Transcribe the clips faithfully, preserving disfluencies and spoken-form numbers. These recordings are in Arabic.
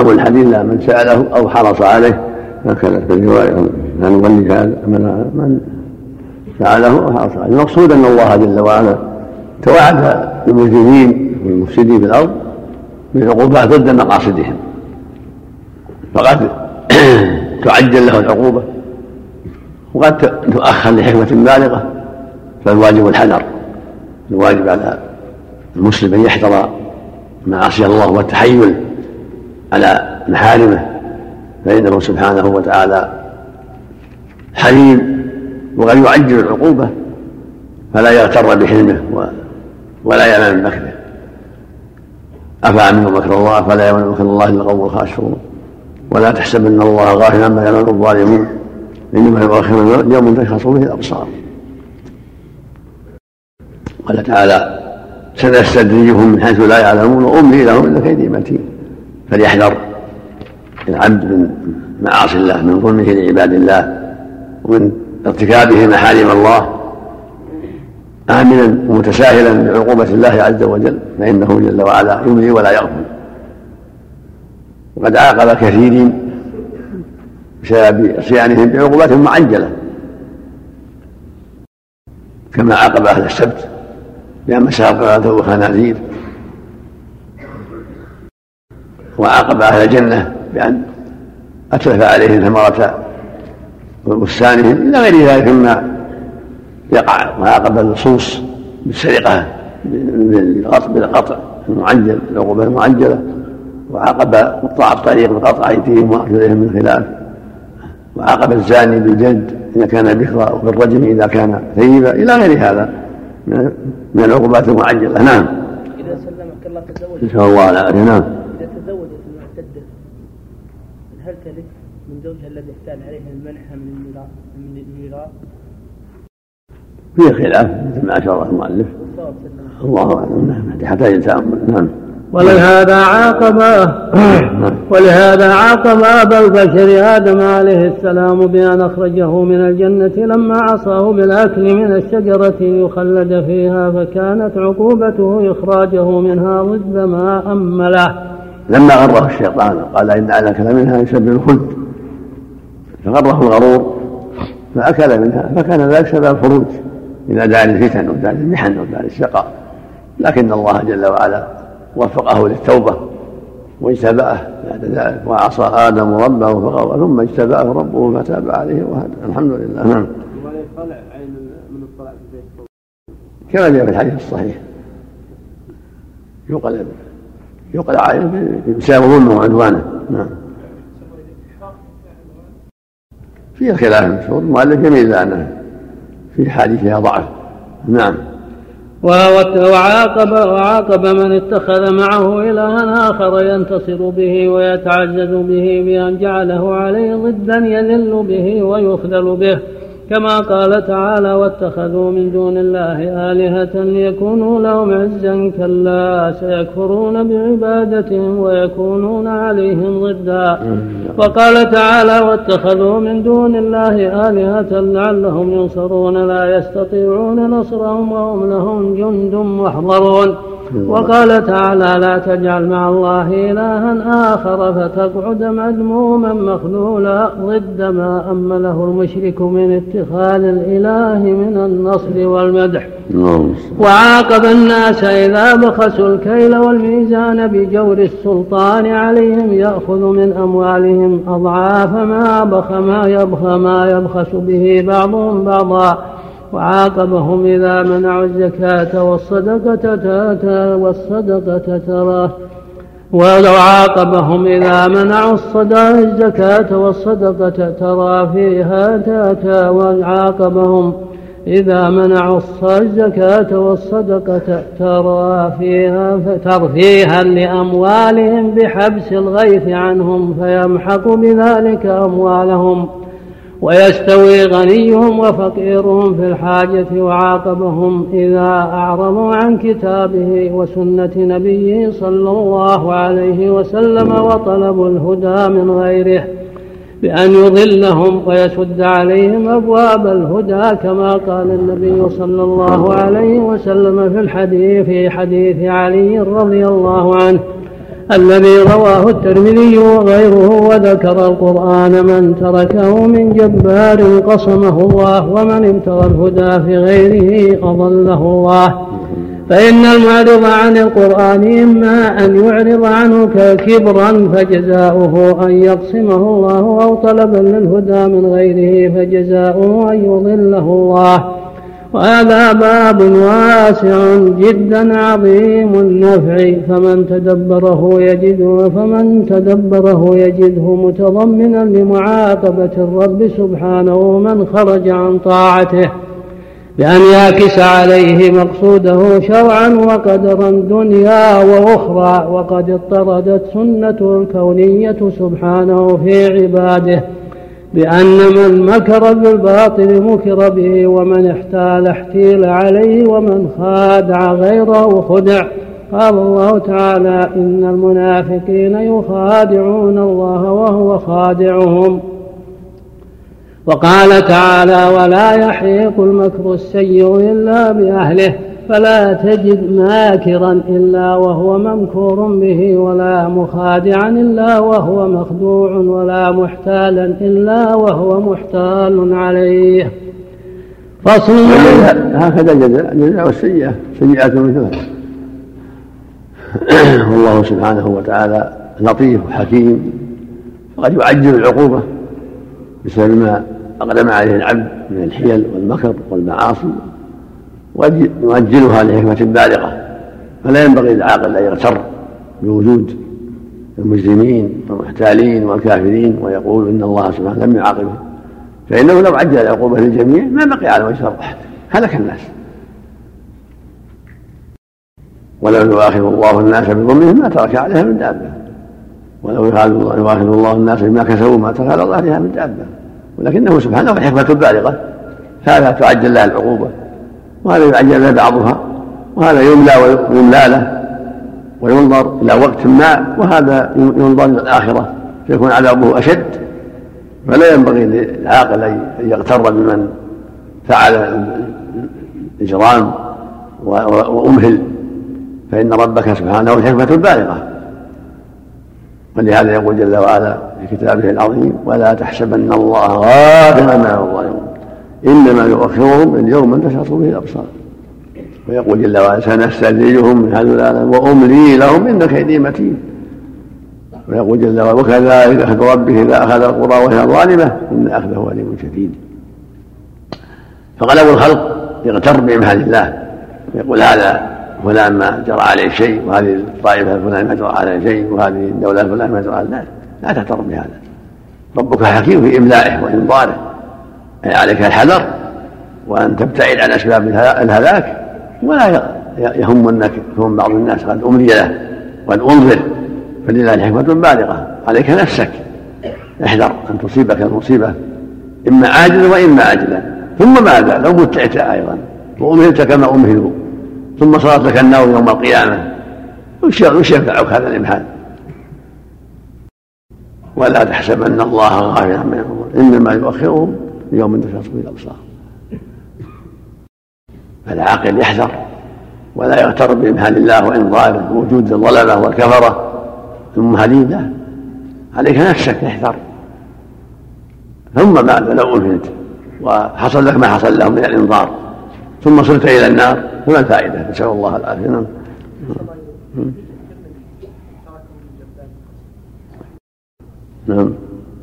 ومفهوم الحديث لا من سأله أو حرص عليه، هكذا في الرواية من ولي هذا من سأله أو حرص عليه. المقصود أن الله جل وعلا توعد المجرمين والمفسدين في الأرض بالعقوبات ضد مقاصدهم، فقد تعجل له العقوبة وقد تؤخر لحكمة بالغة، فالواجب الحذر. الواجب على المسلم أن يحذر معاصي الله والتحيل على محارمه، فإنه سبحانه وتعالى حليم وقد يعجل العقوبة فلا يغتر بحلمه ولا يأمن من مكره. أفأمنوا مكر الله فلا يأمن مكر الله إلا القوم الخاسرون. ولا تحسبن الله غافلا عما يعمل الظالمون إنما يؤخرهم يوم تشخص فيه الأبصار. قال تعالى سنستدرجهم من حيث لا يعلمون وأملي لهم إن كيدي متين. فليحذر العبد من معاصي الله، من ظلمه لعباد الله ومن ارتكابه محارم الله، آمنا ومتساهلا بعقوبة الله عز وجل، فإنه جل وعلا يملي ولا يغفل. وقد عاقب كثيرين بسبب عصيانهم بعقوبات معجلة، كما عاقب أهل السبت بأن مساقط وخنازير، وعاقب أهل الجنة بأن أتلف عليهم ثمرة بستانهم إلى غير ذلك مما يقع. وعاقب اللصوص بالسرقة بالقطع المعجل، العقوبة المعجلة. وعاقب قطاع الطريق بقطع أيديهم وأرجلهم من خلاف. وعاقب الزاني بالجلد إذا كان بكرا وبالرجم إذا كان ثيبا إلى غير هذا من العقوبات المعجلة. نعم. إذا سلمك الله تزوج إن شاء الله على أهل. نعم. إذا تزوجت المعتدة هل تلك من زوجها الذي احتال عليها المنحة من الميراث؟ فيه خلاف مثل ما أشار المؤلف، الله أعلم، حتى يتأمل. نعم. ولهذا عاقب ولهذا عاقب أبا البشر آدم عليه السلام بأن أخرجه من الجنة لما عصاه بالأكل من الشجرة يخلد فيها، فكانت عقوبته إخراجه منها ضد ما أمله. لما غره الشيطان قال إن على كلام منها يسبب الخلد، فغره الغرور فأكل منها، فكان ذلك سبب الخروج إلى دار الفتن ودار المحن ودار الشقاء. لكن الله جل وعلا وفقه للتوبة واجتبأه بعد ذلك، وعصى آدم ربه فغوى ثم اجتبأه ربه فتاب عليه وهدى. الحمد لله. نعم. كما جاء في الحديث الصحيح يقلع يقلع عليه بسبب ظلمه وعدوانه. نعم. فيه خلاف مشهور المؤلف يميل عنه في حديثها ضعف. نعم. وعاقب, وعاقب من اتخذ معه إلها آخر ينتصر به ويتعزز به بأن جعله عليه ضدا يذل به ويخذل به، كما قال تعالى واتخذوا من دون الله آلهة ليكونوا لهم عزا كلا سيكفرون بعبادتهم ويكونون عليهم ضدا. وقال تعالى واتخذوا من دون الله آلهة لعلهم ينصرون لا يستطيعون نصرهم وهم لهم جند محضرون. وقال تعالى لا تجعل مع الله إلها آخر فتقعد مذموما مخذولا ضد ما أمله المشرك من اتخاذ الإله من النصر والمدح. وعاقب الناس إذا بخسوا الكيل والميزان بجور السلطان عليهم يأخذ من أموالهم أضعاف ما بخ ما يبخ ما يبخس به بعضهم بعضا. وعاقبهم إذا منعوا الزكاة والصدقة والصدقة تراه ولو عاقبهم إذا منعوا الزكاة والصدقة ترى فيها تاتا. وعاقبهم إذا منعوا الزكاة والصدقة ترى فيها ترفيها لأموالهم بحبس الغيث عنهم فيمحق بذلك أموالهم ويستوي غنيهم وفقيرهم في الحاجة. وعاقبهم إذا أعرضوا عن كتابه وسنة نبيه صلى الله عليه وسلم وطلبوا الهدى من غيره بأن يضلهم ويسد عليهم أبواب الهدى، كما قال النبي صلى الله عليه وسلم في الحديث في حديث علي رضي الله عنه الذي رواه الترمذي وغيره، وذكر القرآن من تركه من جبار قصمه الله، ومن ابتغى الهدى في غيره أضله الله. فإن المعرض عن القرآن إما أن يعرض عنه كبرا فجزاؤه أن يقسمه الله، أو طلبا للهدى من غيره فجزاؤه أن يضله الله. وهذا باب واسع جدا عظيم النفع، فمن تدبره يجده فمن تدبره يجده متضمنا لمعاقبة الرب سبحانه من خرج عن طاعته، بأن يعكس عليه مقصوده شرعا وقدرا دنيا وأخرى. وقد اضطردت سنة الكونية سبحانه في عباده بأن من مكر بالباطل مكر به، ومن احتال احتيل عليه، ومن خادع غيره خدع. قال الله تعالى: إن المنافقين يخادعون الله وهو خادعهم. وقال تعالى: ولا يحيق المكر السيء إلا بأهله، فلا تجد ماكرا إلا وهو ممكور به، ولا مخادعا إلا وهو مخدوع، ولا محتالا إلا وهو محتال عليه. فصل. هكذا الجزاء، الجزاء والسيئة سيئة مثلها. والله سبحانه وتعالى لطيف وحكيم، وقد يعجل العقوبة بسبب ما أقدم عليه العبد من الحيل والمكر والمعاصي، ويؤجلها لحكمة بالغة. فلا ينبغي للعاقل أن يغتر بوجود المجرمين والمحتالين والكافرين ويقول إن الله سبحانه لم يعاقبه، فإنه لو عجل العقوبة للجميع ما بقي على وجه الأرض أحد، هلك الناس. ولو يؤاخذ الله الناس بظلمهم ما ترك عليها من دابة، ولو يؤاخذ الله الناس بما كسبوا ما ترك على ظهرها من دابة، ولكنه سبحانه الحكمة بالغة، هذا تعجل لها العقوبة وهذا يعجل له بعضها، وهذا يملى ويملى له وينظر إلى وقت ما، وهذا ينظر إلى الآخرة فيكون عذابه أشد. فلا ينبغي للعاقل أن يغتر بمن فعل الإجرام وأمهل، فإن ربك سبحانه الحكمة البالغة. ولهذا يقول جل وعلا في كتابه العظيم: ولا تحسبن الله غافلا عما الظالمون إنما يؤخرهم اليوم تشخص به الأبصار. ويقول جل وعلا: سنستدرجهم من حيث لا يعلمون وأملي لهم إن كيدي متين. ويقول جل وعلا: وكذلك أخذ ربه إذا أخذ القرى وهي ظالمة إن أخذه أليم شديد. فغلب الخلق يغتر بإمهال الله، يقول هذا فلان ما جرى عليه شيء، وهذه الطائفة فلان ما جرى عليه شيء، وهذه الدولة فلان ما جرى عليه. لا, لا تغتر بهذا. ربك حكيم في إملائه وإنظاره، أي عليك الحذر وأن تبتعد عن أسباب الهلاك، ولا يهم أنك يكون بعض الناس قد أملي له وأن أنظر، فلله حكمة بالغة. عليك نفسك، احذر أن تصيبك المصيبة إما عاجلا وإما عاجلا. ثم ماذا لو متعت أيضا وأمهلت كما أمهلوا، ثم صارت لك النار يوم القيامة، وش ينفعك هذا الإمهال؟ ولا تحسبن الله غافلا عما يعملون إنما يؤخرهم يوم تشخص به الأبصار. فالعاقل يحذر ولا يغتر بإمهال الله وإنظاره ووجود الظلمة والكفرة الممهلين له. عليك نفسك احذر. ثم بعد لو أمهلت وحصل لك ما حصل لهم من الإنظار ثم صرت إلى النار فما الفائدة؟ نسأل الله العافية. نعم. نعم.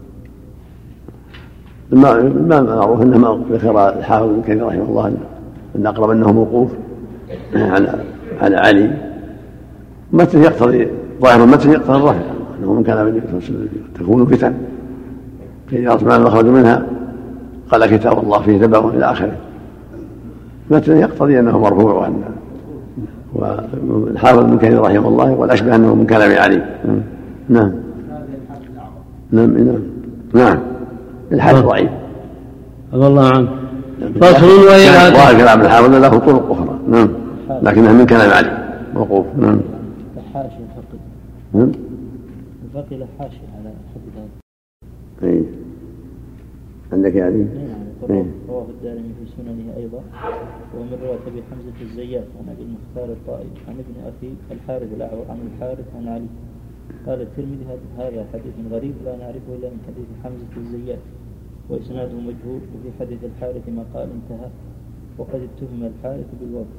ما معروف انما ذكر الحافظ ابن كثير رحمه الله ان اقرب انه موقوف على على علي. المتن يقتضي ظاهر المتن يقتضي الرفع، انه من كان النبي صلى الله عليه وسلم تكون فتن في عثمان المخرج منها قال كتاب الله فيه تبع الى اخره. المتن يقتضي انه مرفوع، وان والحافظ ابن كثير رحمه الله والاشبه انه من كلام علي. نعم نعم نعم نعم الحديث ضعيف رضي الله عنه. فصل وإعادة ظاهر كلام الحافظ له طرق أخرى. نعم لكنها من كلام علي موقوف. نعم. الحاشية الفقه. نعم. الفقه له حاشية على حديث هذا. إيه. عندك يا علي؟ نعم. رواه الدارمي في سننه أيضا، ومن رواية أبي حمزة الزيات عن أبي المختار الطائي عن ابن أخي الحارث الأعور عن الحارث عن علي قال الترمذي هذا حديث غريب لا نعرفه إلا من حديث حمزة الزيات وإسناده مجهول، وفي حديث الحارث ما قال انتهى وقد اتهم الحارث بالوضع.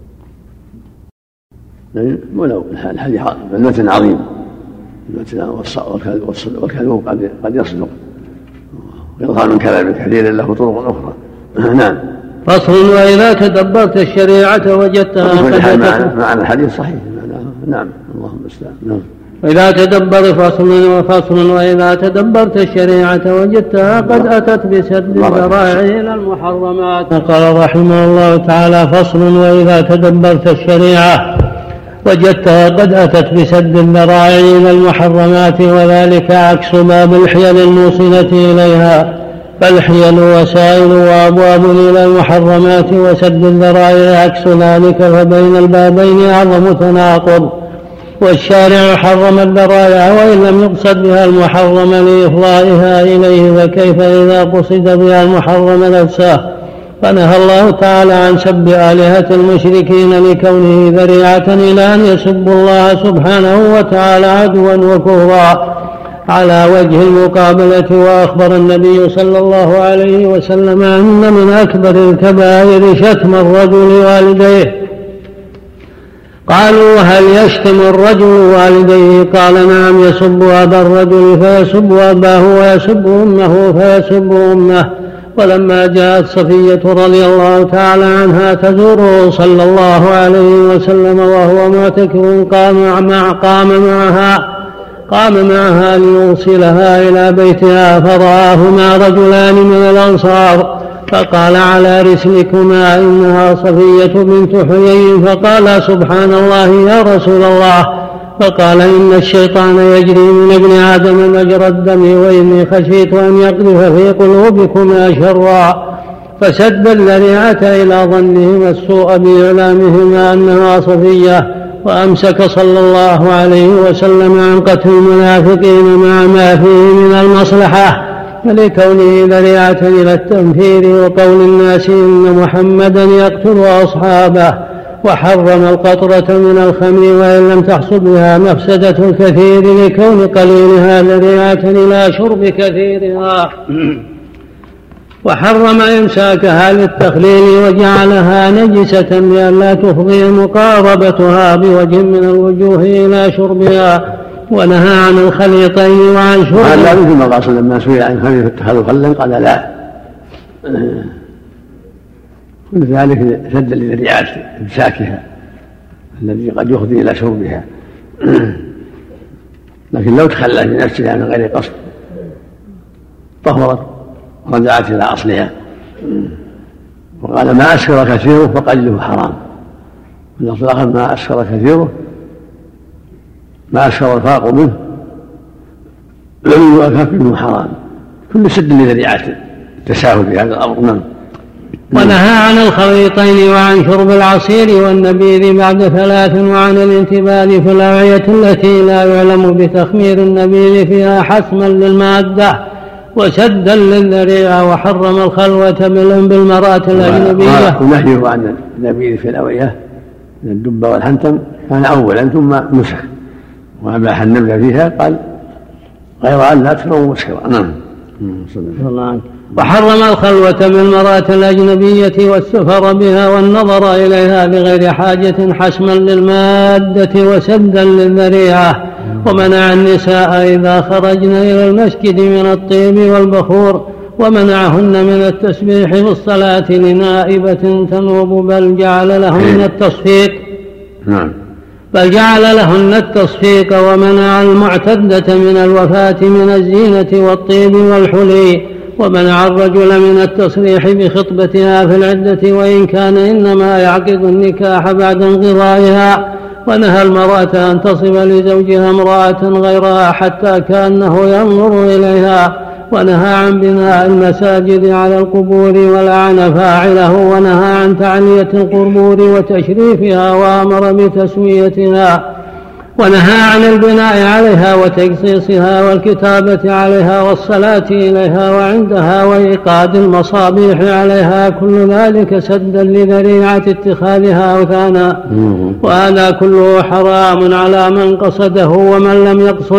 ولو الحديث المتن عظيم والكذوب قد قد يصدق ويظهر من كلام كثير له طرق أخرى. نعم. فصل: وإذا تدبرت الشريعة وجدتها قد معنى الحديث صحيح. نعم. اللهم استعان. نعم. وإذا تدبر فصل وفصل وإذا تدبرت الشريعة وجدتها قد أتت بسد الذرائع إلى المحرمات. قال رحمه الله تعالى: فصل: وإذا تدبرت الشريعة وجدتها قد أتت بسد الذرائع إلى المحرمات، وذلك عكس باب الحيل الموصلة إليها، فالحيل وسائل وأبواب إلى المحرمات، وسد الذرائع عكس ذلك، فبين البابين أعظم تناقض. والشارع حرم الذرائع وإن لم يقصد بها المحرم لإفضائها إليه، فكيف إذا قصد بها المحرم نفسه؟ فنهى الله تعالى عن سب آلهة المشركين لكونه ذريعة إلى أن يسبوا الله سبحانه وتعالى عدوا وكفرا على وجه المقابلة. وأخبر النبي صلى الله عليه وسلم أن من أكبر الكبائر شتم الرجل والديه. قالوا: هل يشتم الرجل والديه؟ قال: نعم، يسب أبا الرجل فيسب أباه، ويسب أمه فيسب أمه. ولما جاءت صفية رضي الله تعالى عنها تزوره صلى الله عليه وسلم وهو معتكف، قام مع قام معها قام معها ليوصلها إلى بيتها، فرآهما رجلان من الأنصار، فقال: على رسلكما، إنها صفية بنت حيي. فقال: سبحان الله يا رسول الله. فقال: إن الشيطان يجري من ابن آدم مجرى الدم، وإني خشيت أن يقذف في قلوبكما شرا. فسد الذريعة إلى ظنهما السوء بإعلامهما أنها صفية، وأمسك صلى الله عليه وسلم عن قتل المنافقين مع ما فيه من المصلحة، فلكونه ذريعة إلى التنفير وقول الناس إن محمدا يقتل أصحابه. وحرم القطرة من الخمر وإن لم تحصل بها مفسدة الكثير، لكون قليلها ذريعة إلى شرب كثيرها. وحرم إمساكها للتخليل وجعلها نجسة لئلا تفضي مقاربتها بوجه من الوجوه إلى شربها. ونهى عن الخليطين وعن شرب. هذا مثل ما قال لما سئل عن خمر اتخذوا خلا قال لا. كل ذلك سد لذريعة إمساكها الذي قد يفضي إلى شربها. لكن لو تخلى بنفسها من غير قصد طهرت رجعت إلى أصلها. وقال: ما أسكر كثيره فقليله حرام. واللفظ الآخر: ما أسكر كثيره ما أسكر الفاق منه لم يؤكف منه حرام. كل سد لذريعة التساهل في هذا الأمر. ونهى عن الخليطين وعن شرب العصير والنبيذ بعد ثلاث، وعن الانتباذ في الأوعية التي لا يعلم بتخمير النبيذ فيها حسما للمادة وسدا للذريعة. وحرم الخلوة بالمرأة الأجنبية. ونهيه عن النبيذ في الأوعية من الدب والحنتم كان أولا ثم نسخ، وأباح النبذ فيها قال غير أن لا تكون مسكرا. نعم. وحرم الخلوة بالمرأة الأجنبية والسفر بها والنظر إليها بغير حاجة حسما للمادة وسدا للذريعة. ومنع النساء إذا خرجن إلى المسجد من الطيب والبخور، ومنعهن من التسبيح في الصلاة لنائبة تنوب، بل جعل لهن التصفيق نعم بل جعل لهن التصفيق. ومنع المعتدة من الوفاة من الزينة والطيب والحلي. ومنع الرجل من التصريح بخطبتها في العدة، وإن كان إنما يعقد النكاح بعد انقضائها. ونهى المرأة أن تصف لزوجها امرأة غيرها حتى كأنه ينظر إليها. ونهى عن بناء المساجد على القبور ولعن فاعله. ونهى عن تعلية القبور وتشريفها وأمر بتسويتها. ونهى عن البناء عليها وتجصيصها والكتابة عليها والصلاة إليها وعندها وإيقاد المصابيح عليها، كل ذلك سدا لذريعة اتخاذها أوثانا. وهذا كله حرام على من قصده ومن لم يقصده،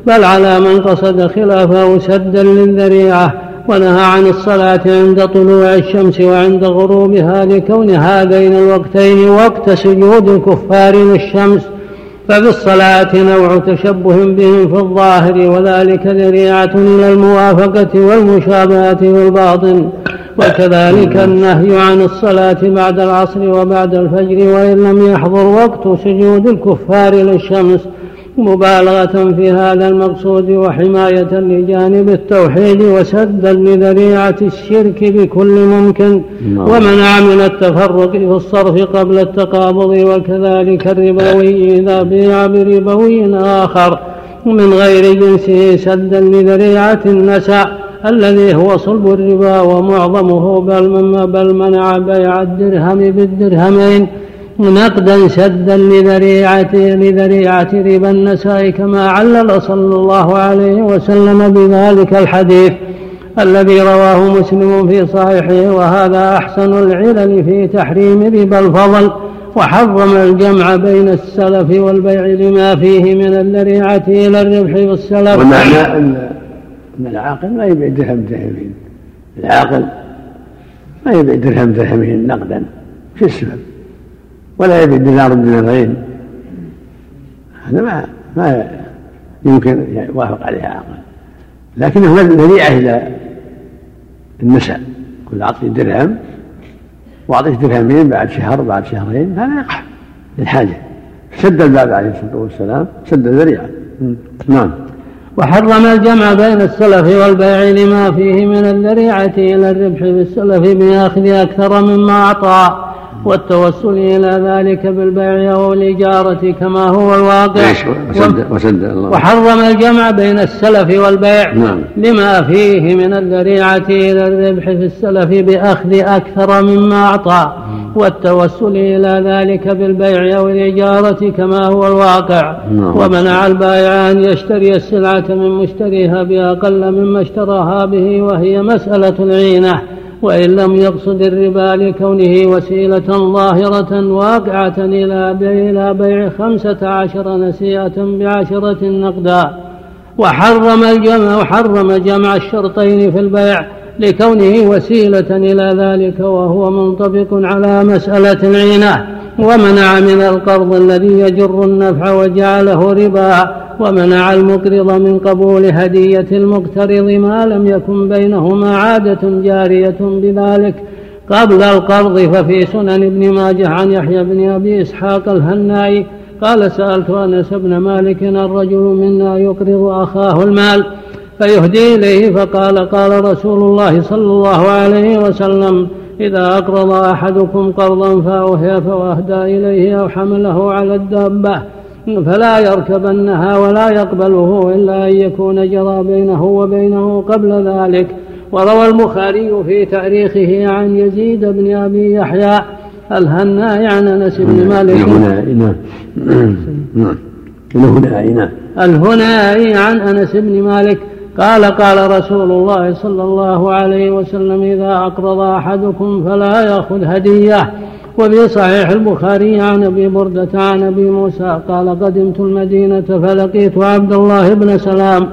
بل على من قصد خلافه سدا للذريعة. ونهى عن الصلاة عند طلوع الشمس وعند غروبها لكون هذين الوقتين وقت سجود الكفار للشمس، ففي الصلاة نوع تشبه بهم في الظاهر، وذلك ذريعة إلى الموافقة والمشابهة والباطن. وكذلك النهي عن الصلاة بعد العصر وبعد الفجر وإن لم يحضر وقت سجود الكفار للشمس، مبالغة في هذا المقصود وحماية لجانب التوحيد وسدا لذريعة الشرك بكل ممكن، ومنع من التفرق في الصرف قبل التقابض. وكذلك الربوي إذا بيع بربوي آخر من غير جنسه سدا لذريعة النسع الذي هو صلب الربا ومعظمه، بل, بل منع بيع الدرهم بالدرهمين نقدا سدا لذريعة, لذريعة ربا النساء، كما علل صلى الله عليه وسلم بذلك الحديث الذي رواه مسلم في صحيحه. وهذا أحسن العلل في تحريم ربا الفضل. وحرم الجمع بين السلف والبيع لما فيه من الذريعة إلى الربح والسلف. ومعنى أن العاقل ما يبيع درهم درهمين، العاقل ما يبيع درهم درهمين نقدا في السبب، ولا يبيع دينار دينارين، هذا ما ما يمكن يوافق عليها عاقل. لكنه ذريعة إلى النساء، كل أعطي درهم وأعطيك درهمين بعد شهر بعد شهرين، هذا يقع للحاجة. سد الباب عليه الصلاة والسلام، سد الذريعة. نعم. وحرم الجمع بين السلف والبيع لما فيه من الذريعة إلى الربح بالسلف بأخذ أكثر مما أعطى، والتوسل إلى ذلك بالبيع أو الإجارة كما هو الواقع. وسد وسد الله. وحرم الجمع بين السلف والبيع نعم. لما فيه من الذريعة إلى الربح في السلف بأخذ أكثر مما أعطى، والتوسل إلى ذلك بالبيع أو الإجارة كما هو الواقع. نعم. ومنع البائع أن يشتري السلعة من مشتريها بأقل مما اشتراها به، وهي مسألة العينة، وإن لم يقصد الربا لكونه وسيلة ظاهرة واقعة إلى بيع, بيع خمسة عشر نسيئة بعشرة نقدا. وحرم الجمع, وحرم جمع الشرطين في البيع لكونه وسيلة إلى ذلك، وهو منطبق على مسألة العينة. ومنع من القرض الذي يجر النفع وجعله ربا، ومنع المقرض من قبول هدية المقترض ما لم يكن بينهما عادة جارية بذلك قبل القرض. ففي سنن ابن ماجه عن يحيى بن أبي إسحاق الهنائي قال: سألت أنس بن مالك: الرجل منا يقرض أخاه المال فيهدي إليه، فقال: قال رسول الله صلى الله عليه وسلم: إذا أقرض أحدكم قرضا فأوهي فأهدى إليه أو حمله على الدابة فلا يركبنها ولا يقبله إلا أن يكون جرى بينه وبينه قبل ذلك. وروى البخاري في تاريخه عن يزيد بن أبي يحيى الهنائي عن أنس بن مالك الهنائي عن أنس بن مالك قال: قال رسول الله صلى الله عليه وسلم: إذا أقرض أحدكم فلا يأخذ هدية. وفي صحيح البخاري عن أبي بردة عن أبي موسى قال: قدمت المدينة فلقيت عبد الله بن سلام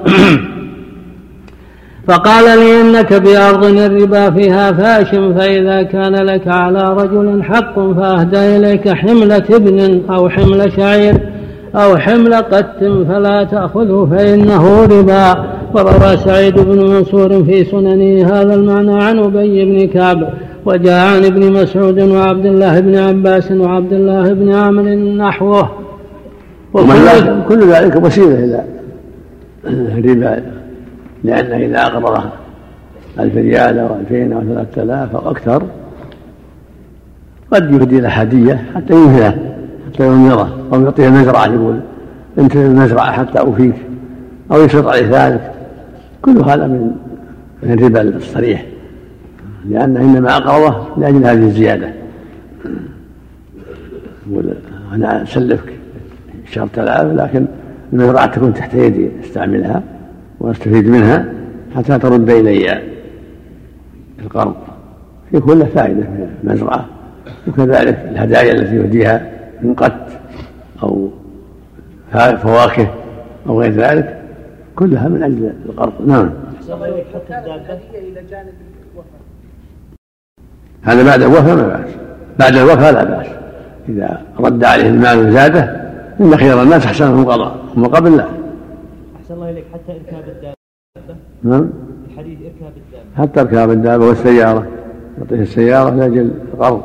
فقال لي: إنك بأرض الربا فيها فاشم، فإذا كان لك على رجل حق فأهدى إليك حملة ابن أو حمل شعير أو حمل قت فلا تأخذه فإنه ربا. وروى سعيد بن منصور في سننه هذا المعنى عن أبي بن كعب، وجاء عن ابن مسعود وعبد الله بن عباس وعبد الله بن عامر نحوه. كل ذلك وسيلة إلى الربا، لأنه إذا أقرض ألف ريال أو ألفين أو ثلاثة آلاف أو أكثر قد يهدي له هدية حتى ينهيه، حتى ينهره، أو يعطيه مزرعة، يقول: أنت المزرعة حتى أوفيك، أو يشرط عليه ذلك. كل هذا من الربا الصريح، لأنه إنما أقرضه لأجل هذه الزيادة. يقول: أنا أسلفك شرط الآلاف، لكن المزرعة تكون تحت يدي استعملها واستفيد منها حتى ترد إلي القرض. يكون له فائدة في المزرعة. وكذلك الهدايا التي يهديها من قت أو فواكه أو غير ذلك كلها من أجل القرض. نعم. هذا بعد الوفاء ما بأس، بعد الوفاء لا بأس، إذا رد عليه المال وزاده إن خير الناس أحسنهم قضاء، ومن قبل لا. أحسن الله إليك. حتى إركاب الدابة. نعم. الحديث إركاب الدابة. حتى إركاب الدابة والسيارة، يعطيه السيارة لأجل القرض.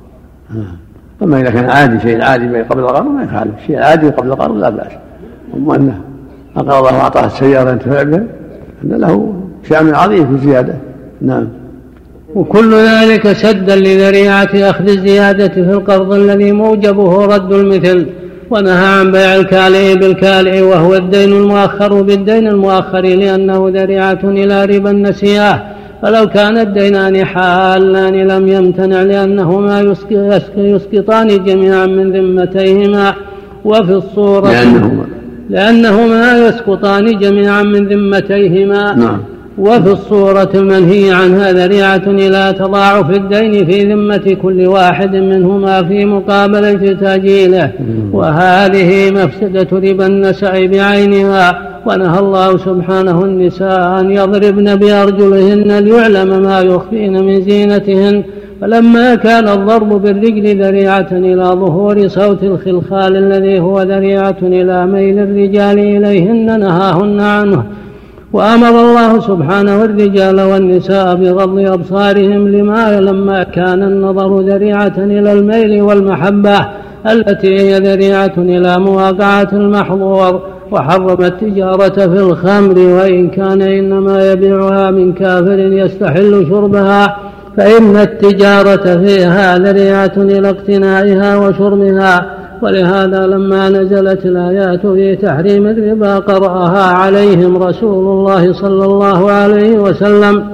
أما إذا كان عادي شيء عادي قبل القرض ما يخالف، شيء عادي قبل القرض لا بأس. أما أنه أقرض الله وأعطاه السيارة ينتفع بها أن له شأن عظيم في الزيادة. نعم. وكل ذلك سدا لذريعة أخذ الزيادة في القرض الذي موجبه رد المثل، ونهى عن بيع الكالئ بالكالئ وهو الدين المؤخر بالدين المؤخر، لأنه ذريعة إلى ربا النسيئة. فلو كان الدينان حالان لم يمتنع، لأنهما يسقطان جميعا من ذمتيهما. وفي الصورة لأنهما, لأنهما يسقطان جميعا من ذمتيهما. نعم. وفي الصورة المنهي عنها ذريعة إلى تضاعف الدين في ذمة كل واحد منهما في مقابلة تأجيله، وهذه مفسدة ربا النسع بعينها. ونهى الله سبحانه النساء أن يضربن بأرجلهن ليعلم ما يخفين من زينتهن، فلما كان الضرب بالرجل ذريعة إلى ظهور صوت الخلخال الذي هو ذريعة إلى ميل الرجال إليهن نهاهن عنه. وأمر الله سبحانه الرجال والنساء بغض أبصارهم لما لما كان النظر ذريعة إلى الميل والمحبة التي هي ذريعة إلى مواقعة المحظور. وحرم التجارة في الخمر، وإن كان إنما يبيعها من كافر يستحل شربها، فإن التجارة فيها ذريعة إلى اقتنائها وشربها. ولهذا لما نزلت الآيات في تحريم الربا قرأها عليهم رسول الله صلى الله عليه وسلم،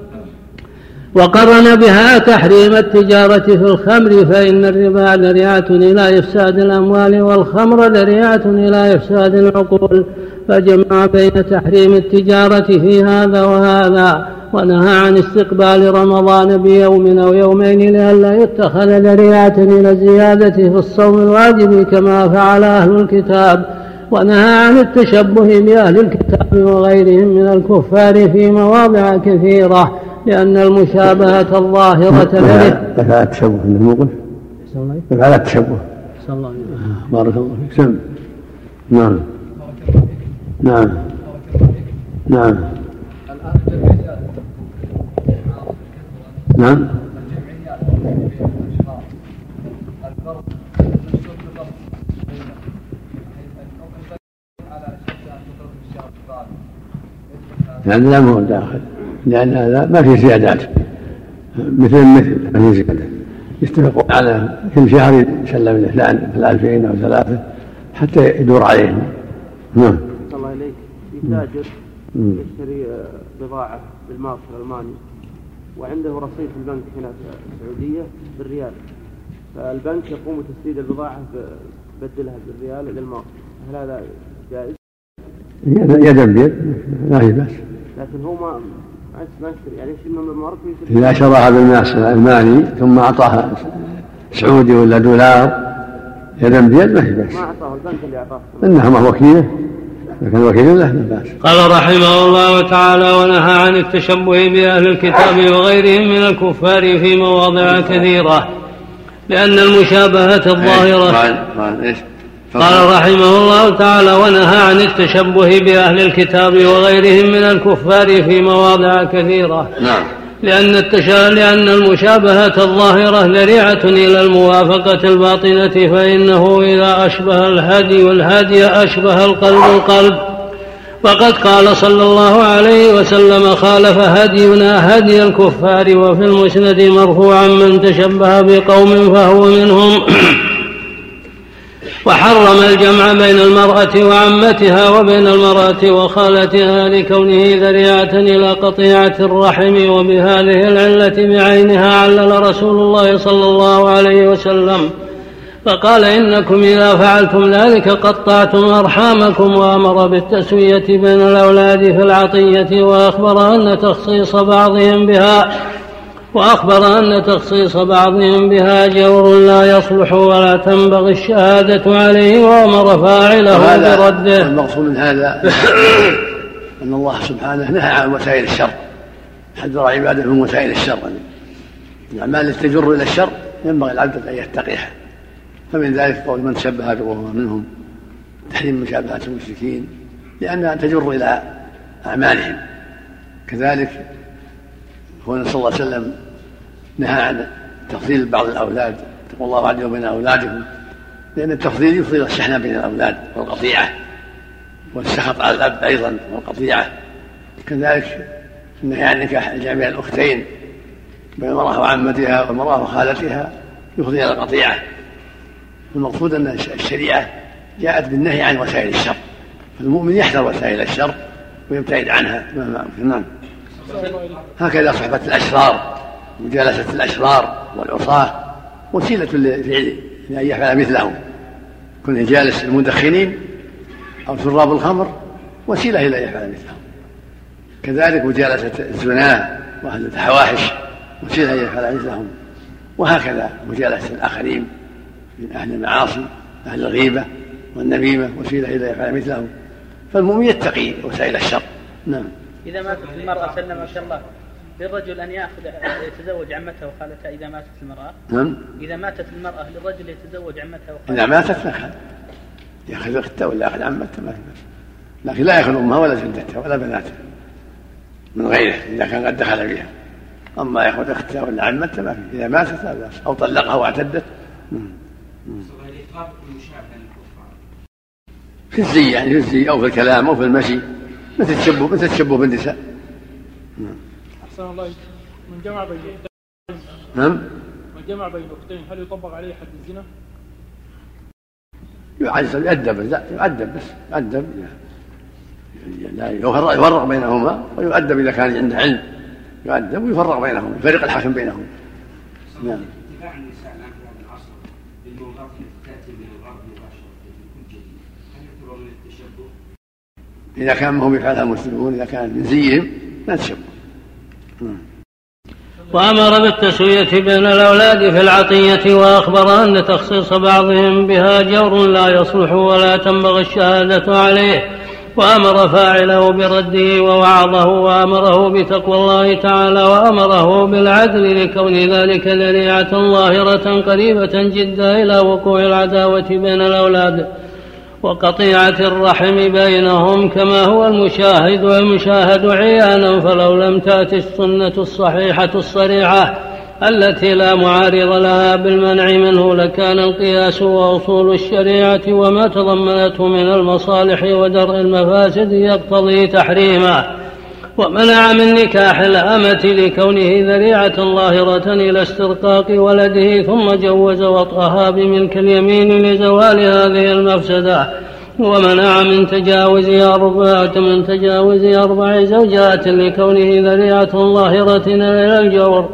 وقرن بها تحريم التجارة في الخمر، فإن الربا ذريعة إلى إفساد الأموال، والخمر ذريعة إلى إفساد العقول، فجمع بين تحريم التجارة في هذا وهذا. ونهى عن استقبال رمضان بيوم أو يومين لئلا يتخذ ذريعة إلى الزيادة في الصوم الواجب كما فعل أهل الكتاب. ونهى عن التشبه بأهل الكتاب وغيرهم من الكفار في مواضع كثيرة، لأن المشابهة الظاهرة له لا التشبه الموقف لا التشبه. بارك الله فيك. سم. نعم نعم نعم نعم. يعني لا مو داخل، لأن هذا ما في زيادات مثل مثل ما في زيادة، يتفقون على كل شهر يسلم له فلان الألفين أو ثلاثة حتى يدور عليهم. نعم. الله إليك. في تاجر يشتري بضاعة بالمارك الألماني وعنده رصيد في البنك هنا في السعودية بالريال، فالبنك يقوم بتسديد البضاعة بدلها بالريال إلى المارك، هل هذا جائز؟ يدا بيد لا هي بس، لكن هو ما ما يشتري يعني شيء من المارك. إذا شراها بالناس الألماني ثم أعطاها سعودي ولا دولار يدا بيد ما هي بس، ما أعطاه البنك اللي أعطاه، إنها وكيله لكن وكيل له لا بأس. قال رحمه الله تعالى: ونهى عن التشبه بأهل الكتاب وغيرهم من الكفار في مواضع كثيرة، لأن المشابهة الظاهرة. قال رحمه الله تعالى: ونهى عن التشبه بأهل الكتاب وغيرهم من الكفار في مواضع كثيرة. نعم. لأن, لأن المشابهة الظاهرة ذريعة إلى الموافقة الباطنة، فإنه إذا أشبه الهدي والهدي أشبه القلب القلب. وقد قال صلى الله عليه وسلم: خالف هدينا هدي الكفار. وفي المسند مرفوعا: من تشبه بقوم فهو منهم. وحرم الجمع بين المرأة وعمتها وبين المرأة وخالتها لكونه ذريعة إلى قطيعة الرحم. وبهذه العلة بعينها علل رسول الله صلى الله عليه وسلم فقال: إنكم إذا فعلتم ذلك قطعتم أرحامكم. وأمر بالتسوية بين الأولاد في العطية، وأخبر أن تخصيص بعضهم بها وأخبر أن تخصيص بعضهم بها جور لا يصلح ولا تنبغي الشهادة عليه، وأمر فاعله برده. المقصود من هذا أن الله سبحانه نهى عن وسائل الشر، حذر عباده من وسائل الشر. الأعمال التي تجر إلى الشر ينبغي العبد أن يتقيها، فمن ذلك قول من شبه وهو منهم، تحريم مشابهة المشركين لأنها تجر إلى أعمالهم. كذلك هو صلى الله عليه وسلم نهى عن تفضيل بعض الأولاد، اتقوا الله وعدلوا بين أولادكم، لأن التفضيل يفضي الشحنة بين الأولاد والقطيعة والسخط على الأب أيضا والقطيعة. كذلك النهي عن نكاح جميع الأختين بين المرأة وعمتها والمرأة وخالتها يفضي إلى القطيعة. المقصود أن الشريعة جاءت بالنهي عن وسائل الشر، فالمؤمن يحذر وسائل الشر ويبتعد عنها. نعم. هكذا صحبة الأشرار ومجالسة الأشرار والعصاة وسيلة لفعل لأن يفعل مثلهم، كن يجالس المدخنين أو شراب الخمر وسيلة إلى يفعل مثلهم. كذلك مجالسة الزنا وأهل الفواحش وسيلة إلى يفعل مثلهم، وهكذا مجالسة الآخرين من أهل المعاصي أهل الغيبة والنميمة وسيلة إلى يفعل مثلهم. فالمؤمن يتقي وسائل الشر. نعم. إذا ماتت المرأة سلمك الله للرجل أن يأخذ يتزوج عمته وخالتها إذا ماتت المرأة؟ نعم. إذا ماتت المرأة للرجل يتزوج عمته وخالتها؟ إذا ماتت فخل يأخذ أختها ولا يأخذ عمته ما في، لكن لا يأخذ أمها ولا جدتها ولا بناتها من غيره إذا كان قد دخل بها. أما يأخذ أختها ولا عمتها ما في، إذا ماتت لا بأس، أو طلقها واعتدت. في الزي يعني في الزي أو في الكلام أو في المشي، مثل تشبه مثل تشبه بالنساء. أحسن الله. من جمع بين نعم من جمع بين أختين هل يطبق عليه حد الزنا؟ يعذب يؤدب لا يؤدب بس يؤدب لا يفرق بينهما ويؤدب إذا كان عنده علم، يؤدب ويفرق بينهم، يفرق الحاكم بينهم. نعم. اتباع النساء الآن في هذا العصر بالموضوعات التي تأتي من الغرب مباشرة في كل جديد، هل يعتبر من التشبه؟ إذا كان هم يفعلها المسلمون، إذا كان من زيهم لا تشبه. وأمر بالتسوية بين الأولاد في العطية، وأخبر أن تخصيص بعضهم بها جور لا يصلح ولا تنبغي الشهادة عليه، وأمر فاعله برده ووعظه، وأمره بتقوى الله تعالى، وأمره بالعدل لكون ذلك ذريعة ظاهرة قريبة جدا إلى وقوع العداوة بين الأولاد وقطيعة الرحم بينهم، كما هو المشاهد والمشاهد عيانا. فلو لم تأتي السنة الصحيحة الصريحة التي لا معارض لها بالمنع منه لكان القياس وأصول الشريعة وما تضمنته من المصالح ودرء المفاسد يقتضي تحريمه. ومنع من نكاح الأمة لكونه ذريعة ظاهرة إلى استرقاق ولده، ثم جوز وطئها بملك اليمين لزوال هذه المفسدة. ومنع من تجاوز أربعة من تجاوز أربع زوجات لكونه ذريعة ظاهرة إلى الجور.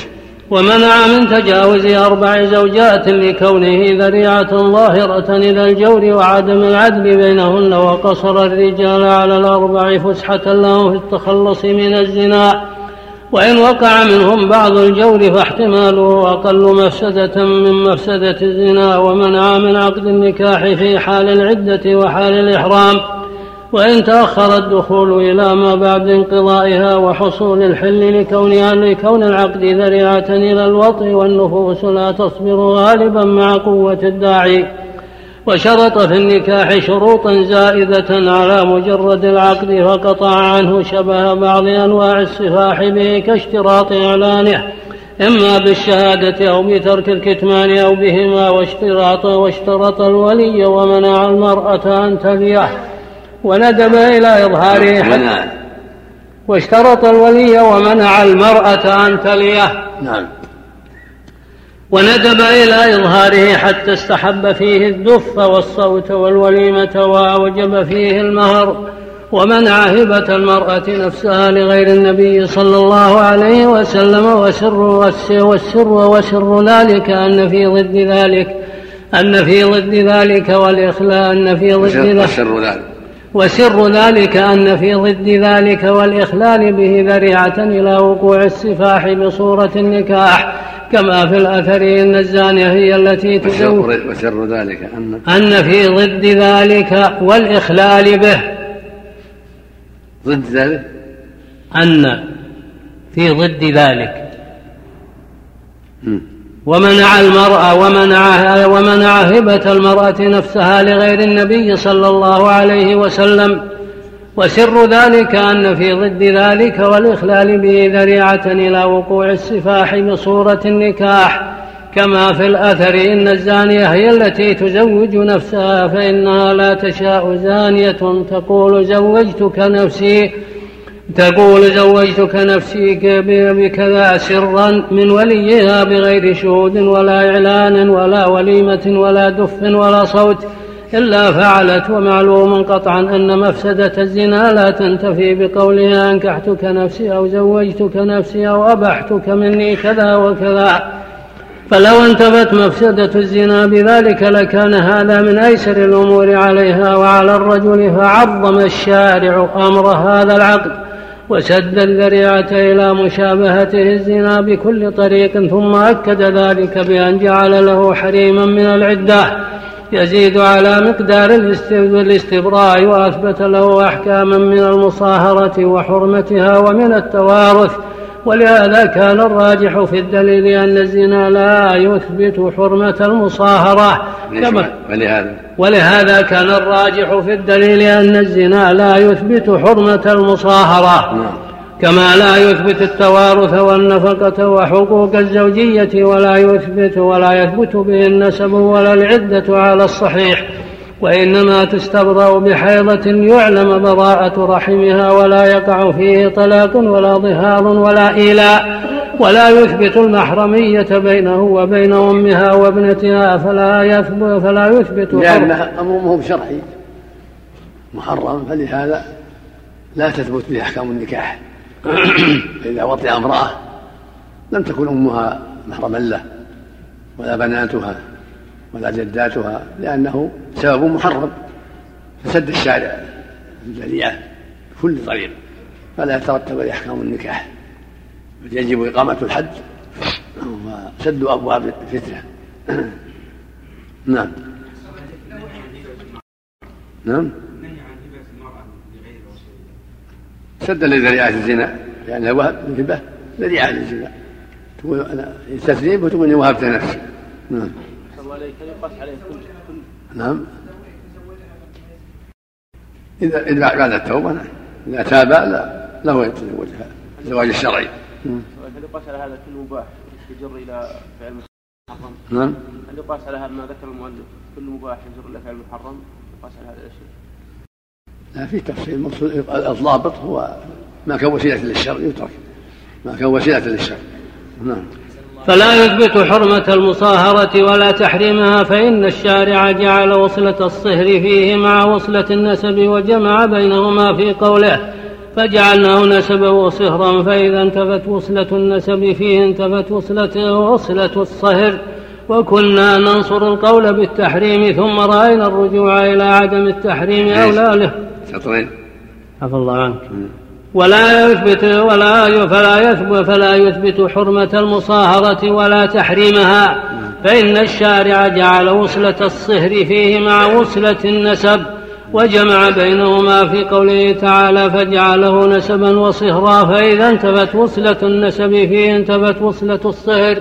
ومنع من تجاوز أربع زوجات لكونه ذريعة ظاهرة إلى الجور وعدم العدل بينهن، وقصر الرجال على الأربع فسحة لهم في التخلص من الزنا، وإن وقع منهم بعض الجور فاحتماله أقل مفسدة من مفسدة الزنا. ومنع من عقد النكاح في حال العدة وحال الإحرام، وإن تأخر الدخول إلى ما بعد انقضائها وحصول الحل لكونها لكون العقد ذريعة إلى الوطء، والنفوس لا تصبر غالبا مع قوة الداعي. وشرط في النكاح شروطا زائدة على مجرد العقد، فقطع عنه شبه بعض أنواع السفاح به كاشتراط إعلانه إما بالشهادة أو بترك الكتمان أو بهما. واشتراط واشترط الولي ومنع المرأة أن تليه وندب إلى إظهاره واشترط الولي ومنع المرأة أن تليه نعم. وندب إلى إظهاره حتى استحب فيه الدف والصوت والوليمة وأوجب فيه المهر. ومنع هبة المرأة نفسها لغير النبي صلى الله عليه وسلم. وسر والسر وسر ذلك أن في ضد ذلك أن في ضد ذلك والإخلاء أن في ضد ذلك وسر ذلك أن في ضد ذلك والإخلال به ذريعة إلى وقوع السفاح بصورة النكاح، كما في الأثر إن الزانية هي التي تزوج. وسر ذلك أن أن في ضد ذلك والإخلال به ضد ذلك أن في ضد ذلك ومنع المرأة ومنع, ومنع هبة المرأة نفسها لغير النبي صلى الله عليه وسلم، وسر ذلك أن في ضد ذلك والإخلال به ذريعة إلى وقوع السفاح بصورة النكاح، كما في الأثر إن الزانية هي التي تزوج نفسها فإنها لا تشاء زانية تقول زوجتك نفسي تقول زوجتك نفسي بكذا سرا من وليها بغير شهود ولا إعلان ولا وليمة ولا دف ولا صوت إلا فعلت. ومعلوم قطعا أن مفسدة الزنا لا تنتفي بقولها أنكحتك نفسي أو زوجتك نفسي أو أبحتك مني كذا وكذا، فلو انتفت مفسدة الزنا بذلك لكان هذا من أيسر الأمور عليها وعلى الرجل، فعظم الشارع أمر هذا العقد وسد الذريعة إلى مشابهته الزنا بكل طريق، ثم أكد ذلك بأن جعل له حريما من العدة يزيد على مقدار الاستبراء، وأثبت له أحكاما من المصاهرة وحرمتها ومن التوارث. ولهذا كان الراجح في الدليل أن الزنا لا يثبت حرمة المصاهرة، ولهذا, ولهذا كان الراجح في الدليل أن الزنا لا يثبت حرمة المصاهرة، كما لا يثبت التوارث والنفقة وحقوق الزوجية ولا يثبت ولا يثبت به النسب ولا العدة على الصحيح، وإنما تستبرأ بحيضة يعلم براءة رحمها ولا يقع فيه طلاق ولا ظهار ولا إيلاء، ولا يثبت المحرمية بينه وبين أمها وابنتها، فلا يثبت فلا يثبت لأن أمره شرعي محرم، فلهذا لا تثبت به أحكام النكاح. إذا وطئ امرأة لم تكن أمها محرما له ولا بناتها ولا جداتها، لأنه سبب محرم، فسد الشارع الذريعة بكل طريق، فلا يترتب عليه أحكام النكاح، يجب إقامة الحد وسد أبواب الفتنة. نعم نعم سد لذريعة الزنا، يعني وهب الهبة ذريعة للزنا، تقول أنا تسليم وتقول إني وهبت نفسي. نعم نعم إذا إذا بعد التوبة نعم. إذا تاب لا له يتزوجها الزواج الشرعي. هل يقاس على هذا كل مباح يجر إلى فعل محرم؟ نعم. هل يقاس على هذا ما ذكر المؤلف كل مباح يجر إلى فعل محرم؟ يقاس على هذا الشيء؟ لا، في تفصيل. مقصود الضابط هو ما كان وسيلة للشر يترك، ما كان وسيلة للشر. نعم. فلا يثبت حرمة المصاهرة ولا تحريمها، فإن الشارع جعل وصلة الصهر فيه مع وصلة النسب وجمع بينهما في قوله فجعلناه نسبا وصهرا، فإذا انتفت وصلة النسب فيه انتفت وصلة وصلة الصهر. وكنا ننصر القول بالتحريم ثم رأينا الرجوع إلى عدم التحريم أولى له. شطرين عفى الله عنك. ولا يثبت ولا فلا يثبت فلا يثبت حرمة المصاهرة ولا تحريمها، فإن الشارع جعل وصلة الصهر فيه مع وصلة النسب وجمع بينهما في قوله تعالى فجعله نسبا وصهرا، فإذا انتفت وصلة النسب فيه انتفت وصلة الصهر.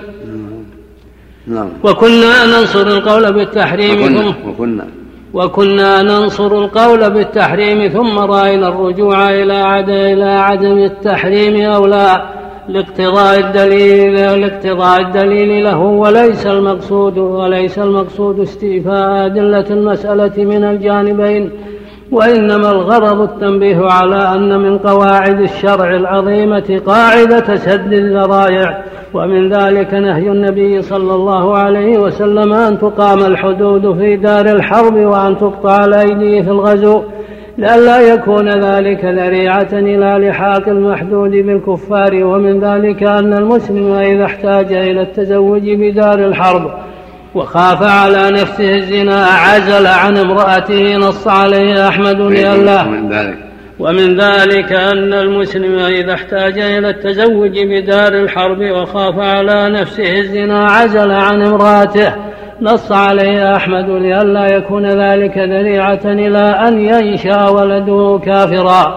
وكنا ننصر القول بالتحريم ثم وكنا وكنا ننصر القول بالتحريم ثم رأينا الرجوع إلى عدم إلى عدم التحريم أولى لاقتضاء الدليل لاقتضاء الدليل له، وليس المقصود وليس المقصود استيفاء أدلة المسألة من الجانبين، وإنما الغرض التنبيه على أن من قواعد الشرع العظيمة قاعدة سد الذرائع، ومن ذلك نهي النبي صلى الله عليه وسلم أن تقام الحدود في دار الحرب وأن تقطع الأيدي في الغزو، لئلا يكون ذلك ذريعة إلى لحاق المحدود بالكفار. ومن ذلك أن المسلم إذا احتاج إلى التزوج بدار الحرب وخاف على نفسه الزنا عزل عن امرأته، نص عليه أحمد لله. ومن ذلك أن المسلم إذا احتاج إلى التزوج بدار الحرب وخاف على نفسه الزنا عزل عن امرأته، نص عليه أحمد لئلا يكون ذلك ذريعة إلى أن ينشأ ولده كافرا.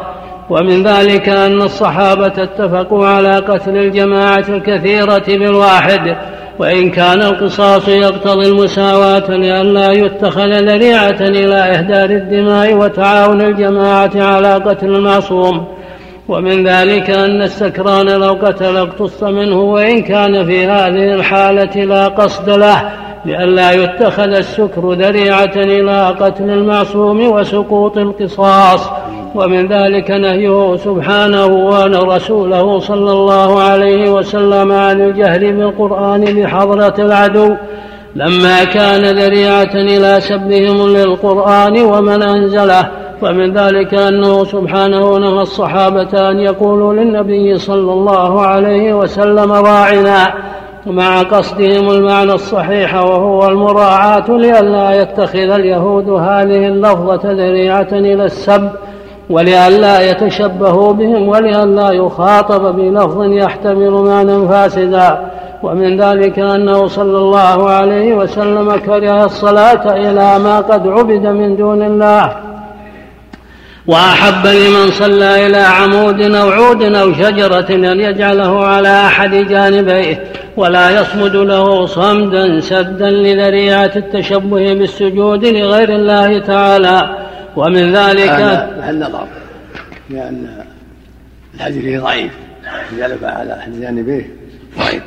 ومن ذلك أن الصحابة اتفقوا على قتل الجماعة الكثيرة بالواحد، وإن كان القصاص يقتضي المساواة لئلا يتخذ ذريعة إلى إهدار الدماء وتعاون الجماعة على قتل المعصوم. ومن ذلك أن السكران لو قتل اقتص منه، وإن كان في هذه الحالة لا قصد له لئلا يتخذ السكر ذريعة إلى قتل المعصوم وسقوط القصاص. ومن ذلك نهيه سبحانه وأن رسوله صلى الله عليه وسلم عن الجهر بالقرآن بحضرة العدو لما كان ذريعة إلى سبهم للقرآن ومن أنزله. ومن ذلك أنه سبحانه نهى الصحابة أن يقولوا للنبي صلى الله عليه وسلم راعنا، مع قصدهم المعنى الصحيح وهو المراعاة لئلا يتخذ اليهود هذه اللفظة ذريعة إلى السب، ولئلا يتشبهوا بهم، ولئلا يخاطب بلفظ يحتمل معنى فاسدا. ومن ذلك أنه صلى الله عليه وسلم كره الصلاة إلى ما قد عبد من دون الله، وأحب لمن صلى إلى عمود أو عود أو شجرة أن يجعله على أحد جانبيه ولا يصمد له صمدا سدا لذريعة التشبه بالسجود لغير الله تعالى. ومن ذلك محل نظر، لأن الحديث فيه ضعيف يجعله على أحد جانبيه ضعيف،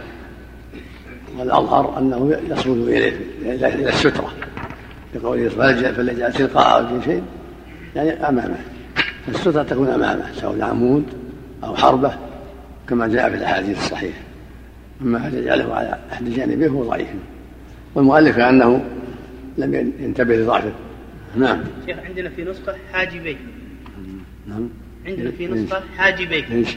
والأظهر أنه يصمد إليه إلى السترة بقوله فليجعل تلقاء أو شيء يعني أمامه، السترة تكون أمامه سواء العمود أو حربة كما جاء في الأحاديث الصحيحة. أما أن يجعله على أحد جانبيه هو ضعيف، والمؤلف أنه لم ينتبه لضعفه. نعم. شيخ عندنا في نسخة حاجبين. نعم. عندنا في نسخة حاجبين. ليش؟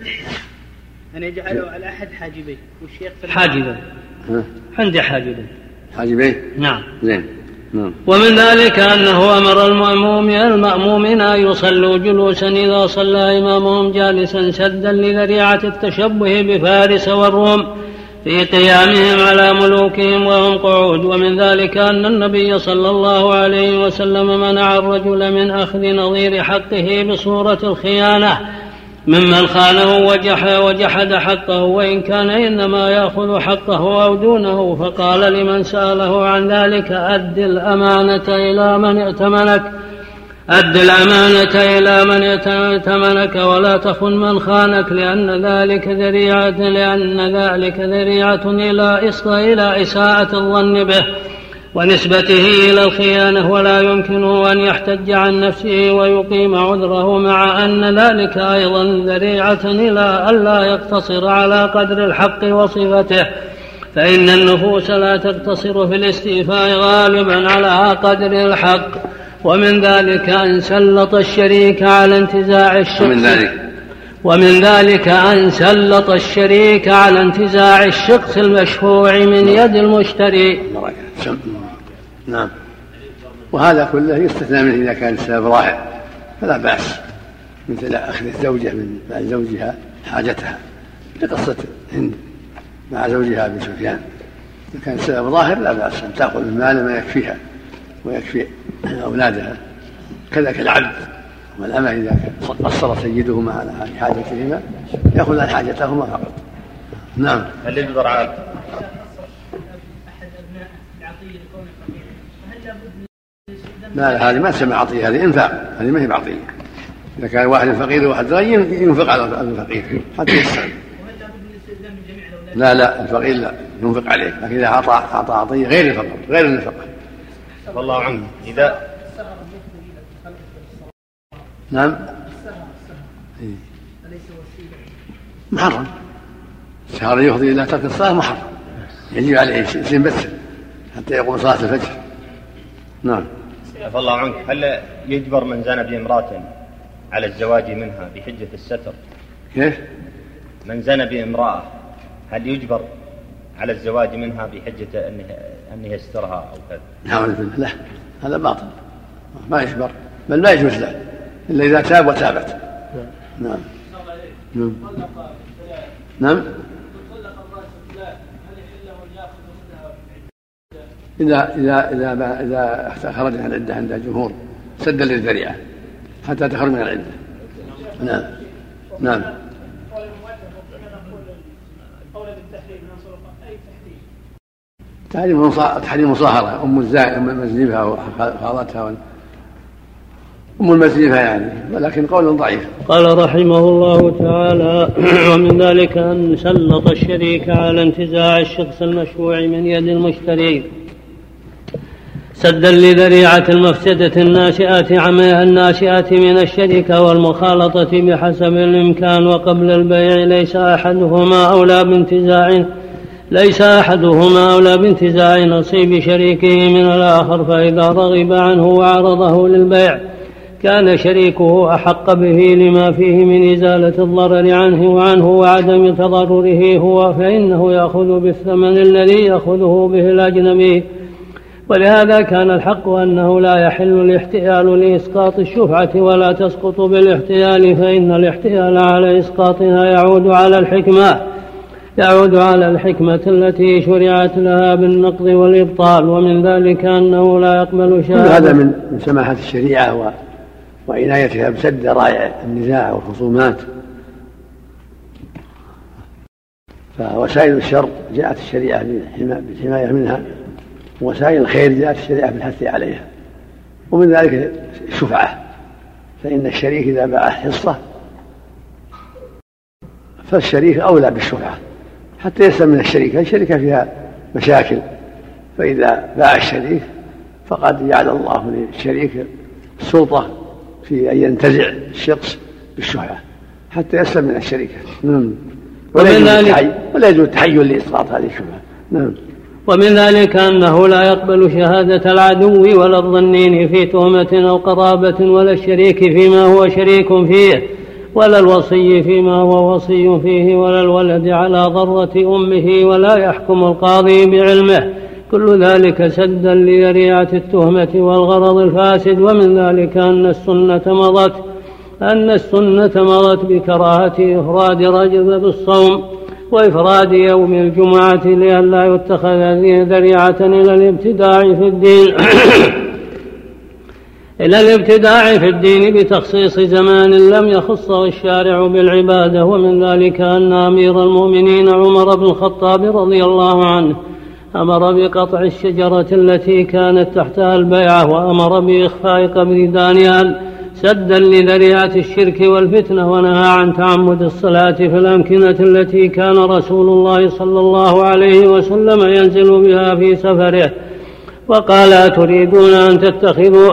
أن يجعله على أحد حاجبين، والشيخ حاجبين. عندي حاجبين. حاجبين. نعم. زين. نعم. ومن ذلك أنه أمر المأموم المأمومين أن يصلوا جلوسا إذا صلى إمامهم جالسا سدا لذريعة التشبه بفارس والروم في قيامهم على ملوكهم وهم قعود. ومن ذلك أن النبي صلى الله عليه وسلم منع الرجل من أخذ نظير حقه بصورة الخيانة ممن خانه وجحد حقه، وإن كان إنما يأخذ حقه أو دونه، فقال لمن سأله عن ذلك أد الأمانة إلى من ائتمنك أد الأمانة إلى من ائتمنك ولا تخن من خانك، لأن ذلك ذريعة لأن ذلك ذريعة إلى إلى إساءة الظن به ونسبته إلى الخيانة، ولا يمكنه أن يحتج عن نفسه ويقيم عذره، مع أن ذلك أيضا ذريعة إلى ألا يقتصر على قدر الحق وصفته، فإن النفوس لا تقتصر في الاستيفاء غالبا على قدر الحق. ومن ذلك أن سلط الشريك على انتزاع الشخص ومن ذلك ومن ذلك أن سلط الشريك على انتزاع الشخص المشفوع من يد المشتري. نعم. وهذا كله يستثنى منه إذا كان السبب ظاهر فلا بأس، مثل أخذ الزوجة من مع زوجها حاجتها لقصة هند مع زوجها أبي سفيان، إذا كان السبب ظاهر لا بأس أن تأخذ المال ما يكفيها ويكفي أولادها. كذلك العبد والأمة إذا قصر سيدهما على حاجتهما يأخذ عن حاجتهما فقط. نعم. هل يجبر على لا، هذه ما تسمى عطية، هذه إنفاق، هذه ما هي بعطية. إذا كان واحد فقير وواحد غني ينفق على الفقير حتى يستغني. لا لا الفقير لا ينفق عليه، لكن إذا أعطى أعطى عطية غير الفقر غير النفقة. والله عنه إذا نعم محرم، السهر يفضي إلى ترك الصلاة محرم، يجب عليه يسلم بس حتى يقوم صلاة الفجر. نعم. عفى الله عنك، هل يجبر من زنى بامرأة على الزواج منها بحجة الستر؟ كيف؟ من زنى بامرأة هل يجبر على الزواج منها بحجة أنه أنه يسترها أو كذا؟ نعم. لا هذا باطل، ما يجبر، بل ما يجوز له إلا إذا تاب وتابت. نعم. نعم. نعم. إذا إذا إذا إذا خرج عن العدة عند الجمهور سدا للذريعة حتى تخرج من العدة. نعم نعم. تحريم تحريم مصاهرة أم الزانية أم المزنيفة وخالتها أم المزنيفة يعني، ولكن قول ضعيف. قال رحمه الله تعالى: ومن ذلك أن سلط الشريك على انتزاع الشخص المشفوع من يد المشتري سدا لذريعة المفسدة الناشئة الناشئة من الشركة والمخالطة بحسب الإمكان. وقبل البيع ليس أحدهما أولى بانتزاع ليس أحدهما أولى بانتزاع نصيب شريكه من الآخر، فإذا رغب عنه وعرضه للبيع كان شريكه أحق به لما فيه من إزالة الضرر عنه وعنه وعدم تضرره هو، فإنه يأخذ بالثمن الذي يأخذه به الأجنبي. ولهذا كان الحق أنه لا يحل الاحتيال لإسقاط الشفعة ولا تسقط بالاحتيال، فإن الاحتيال على إسقاطها يعود على الحكمة يعود على الحكمة التي شرعت لها بالنقض والإبطال. ومن ذلك أنه لا يقبل شهادة. كل هذا من سماحة الشريعة وعنايتها بسد ذرائع النزاع والخصومات. فوسائل الشر جاءت الشريعة بالحماية منها، ووسائل الخير جاءت الشريعة بالحث عليها. ومن ذلك الشفعة، فإن الشريك إذا باع حصة فالشريك أولى بالشفعة حتى يسلم من الشركة. الشركة فيها مشاكل، فإذا باع الشريك فقد جعل الله للشريك السلطة في أن ينتزع الشخص بالشفعة حتى يسلم من الشركة. نعم. ولا يجوز التحيل لإسقاط هذه الشفعة. نعم. ومن ذلك أنه لا يقبل شهادة العدو ولا الظنين في تهمة أو قرابة، ولا الشريك فيما هو شريك فيه، ولا الوصي فيما هو وصي فيه، ولا الولد على ضرة أمه، ولا يحكم القاضي بعلمه. كل ذلك سدا لذريعة التهمة والغرض الفاسد. ومن ذلك أن السنة مضت أن السنة مضت بكراهة إفراد رجب بالصوم وإفراد يوم الجمعة لئلا يتخذ ذريعة إلى الابتداع في الدين إلى الابتداع في الدين بتخصيص زمان لم يخصه الشارع بالعبادة. ومن ذلك أن أمير المؤمنين عمر بن الخطاب رضي الله عنه أمر بقطع الشجرة التي كانت تحتها البيعة، وأمر بإخفاء قبر دانيال سدا لذريعة الشرك والفتنة، ونهى عن تعمد الصلاة في الأمكنة التي كان رسول الله صلى الله عليه وسلم ينزل بها في سفره. وقال: تريدون أن تتخذوا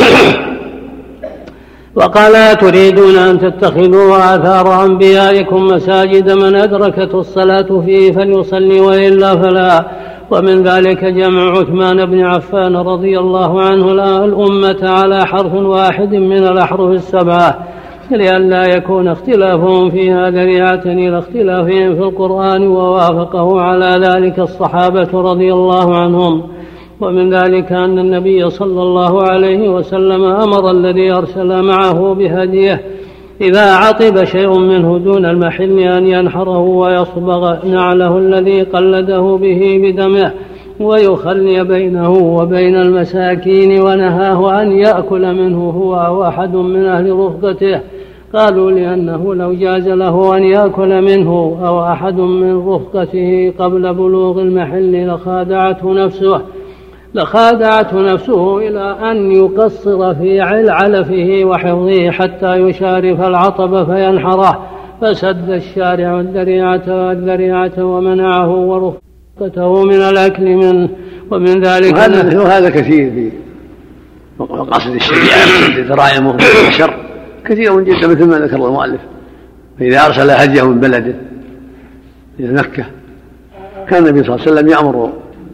وقال تريدون أن تتخذوا آثار أنبيائكم مساجد، من أدركت الصلاة فيه فليصلي وإلا فلا. ومن ذلك جمع عثمان بن عفان رضي الله عنه الأمة على حرف واحد من الأحرف السبعة لئلا يكون اختلافهم فيها ذريعة إلى اختلافهم في القرآن، ووافقه على ذلك الصحابة رضي الله عنهم. ومن ذلك أن النبي صلى الله عليه وسلم أمر الذي أرسل معه بهديه إذا عطب شيء منه دون المحل أن ينحره ويصبغ نعله الذي قلده به بدمه ويخلي بينه وبين المساكين، ونهاه أن يأكل منه هو أو أحد من أهل رفقته. قالوا: لأنه لو جاز له أن يأكل منه أو أحد من رفقته قبل بلوغ المحل لخادعته نفسه لخادعته نفسه إلى أن يقصر في علفه وحفظه حتى يشارف العطب فينحره، فسد الشارع الذريعة والذريعة ومنعه ورفقته من الأكل منه. ومن ذلك وهذا كثير في مقاصد الشريعة لذرائع مهمة الشر كثير جدا، مثل ما ذكر المؤلف. فإذا أرسل هديه من بلده إلى مكة كان النبي صلى الله عليه وسلم يأمر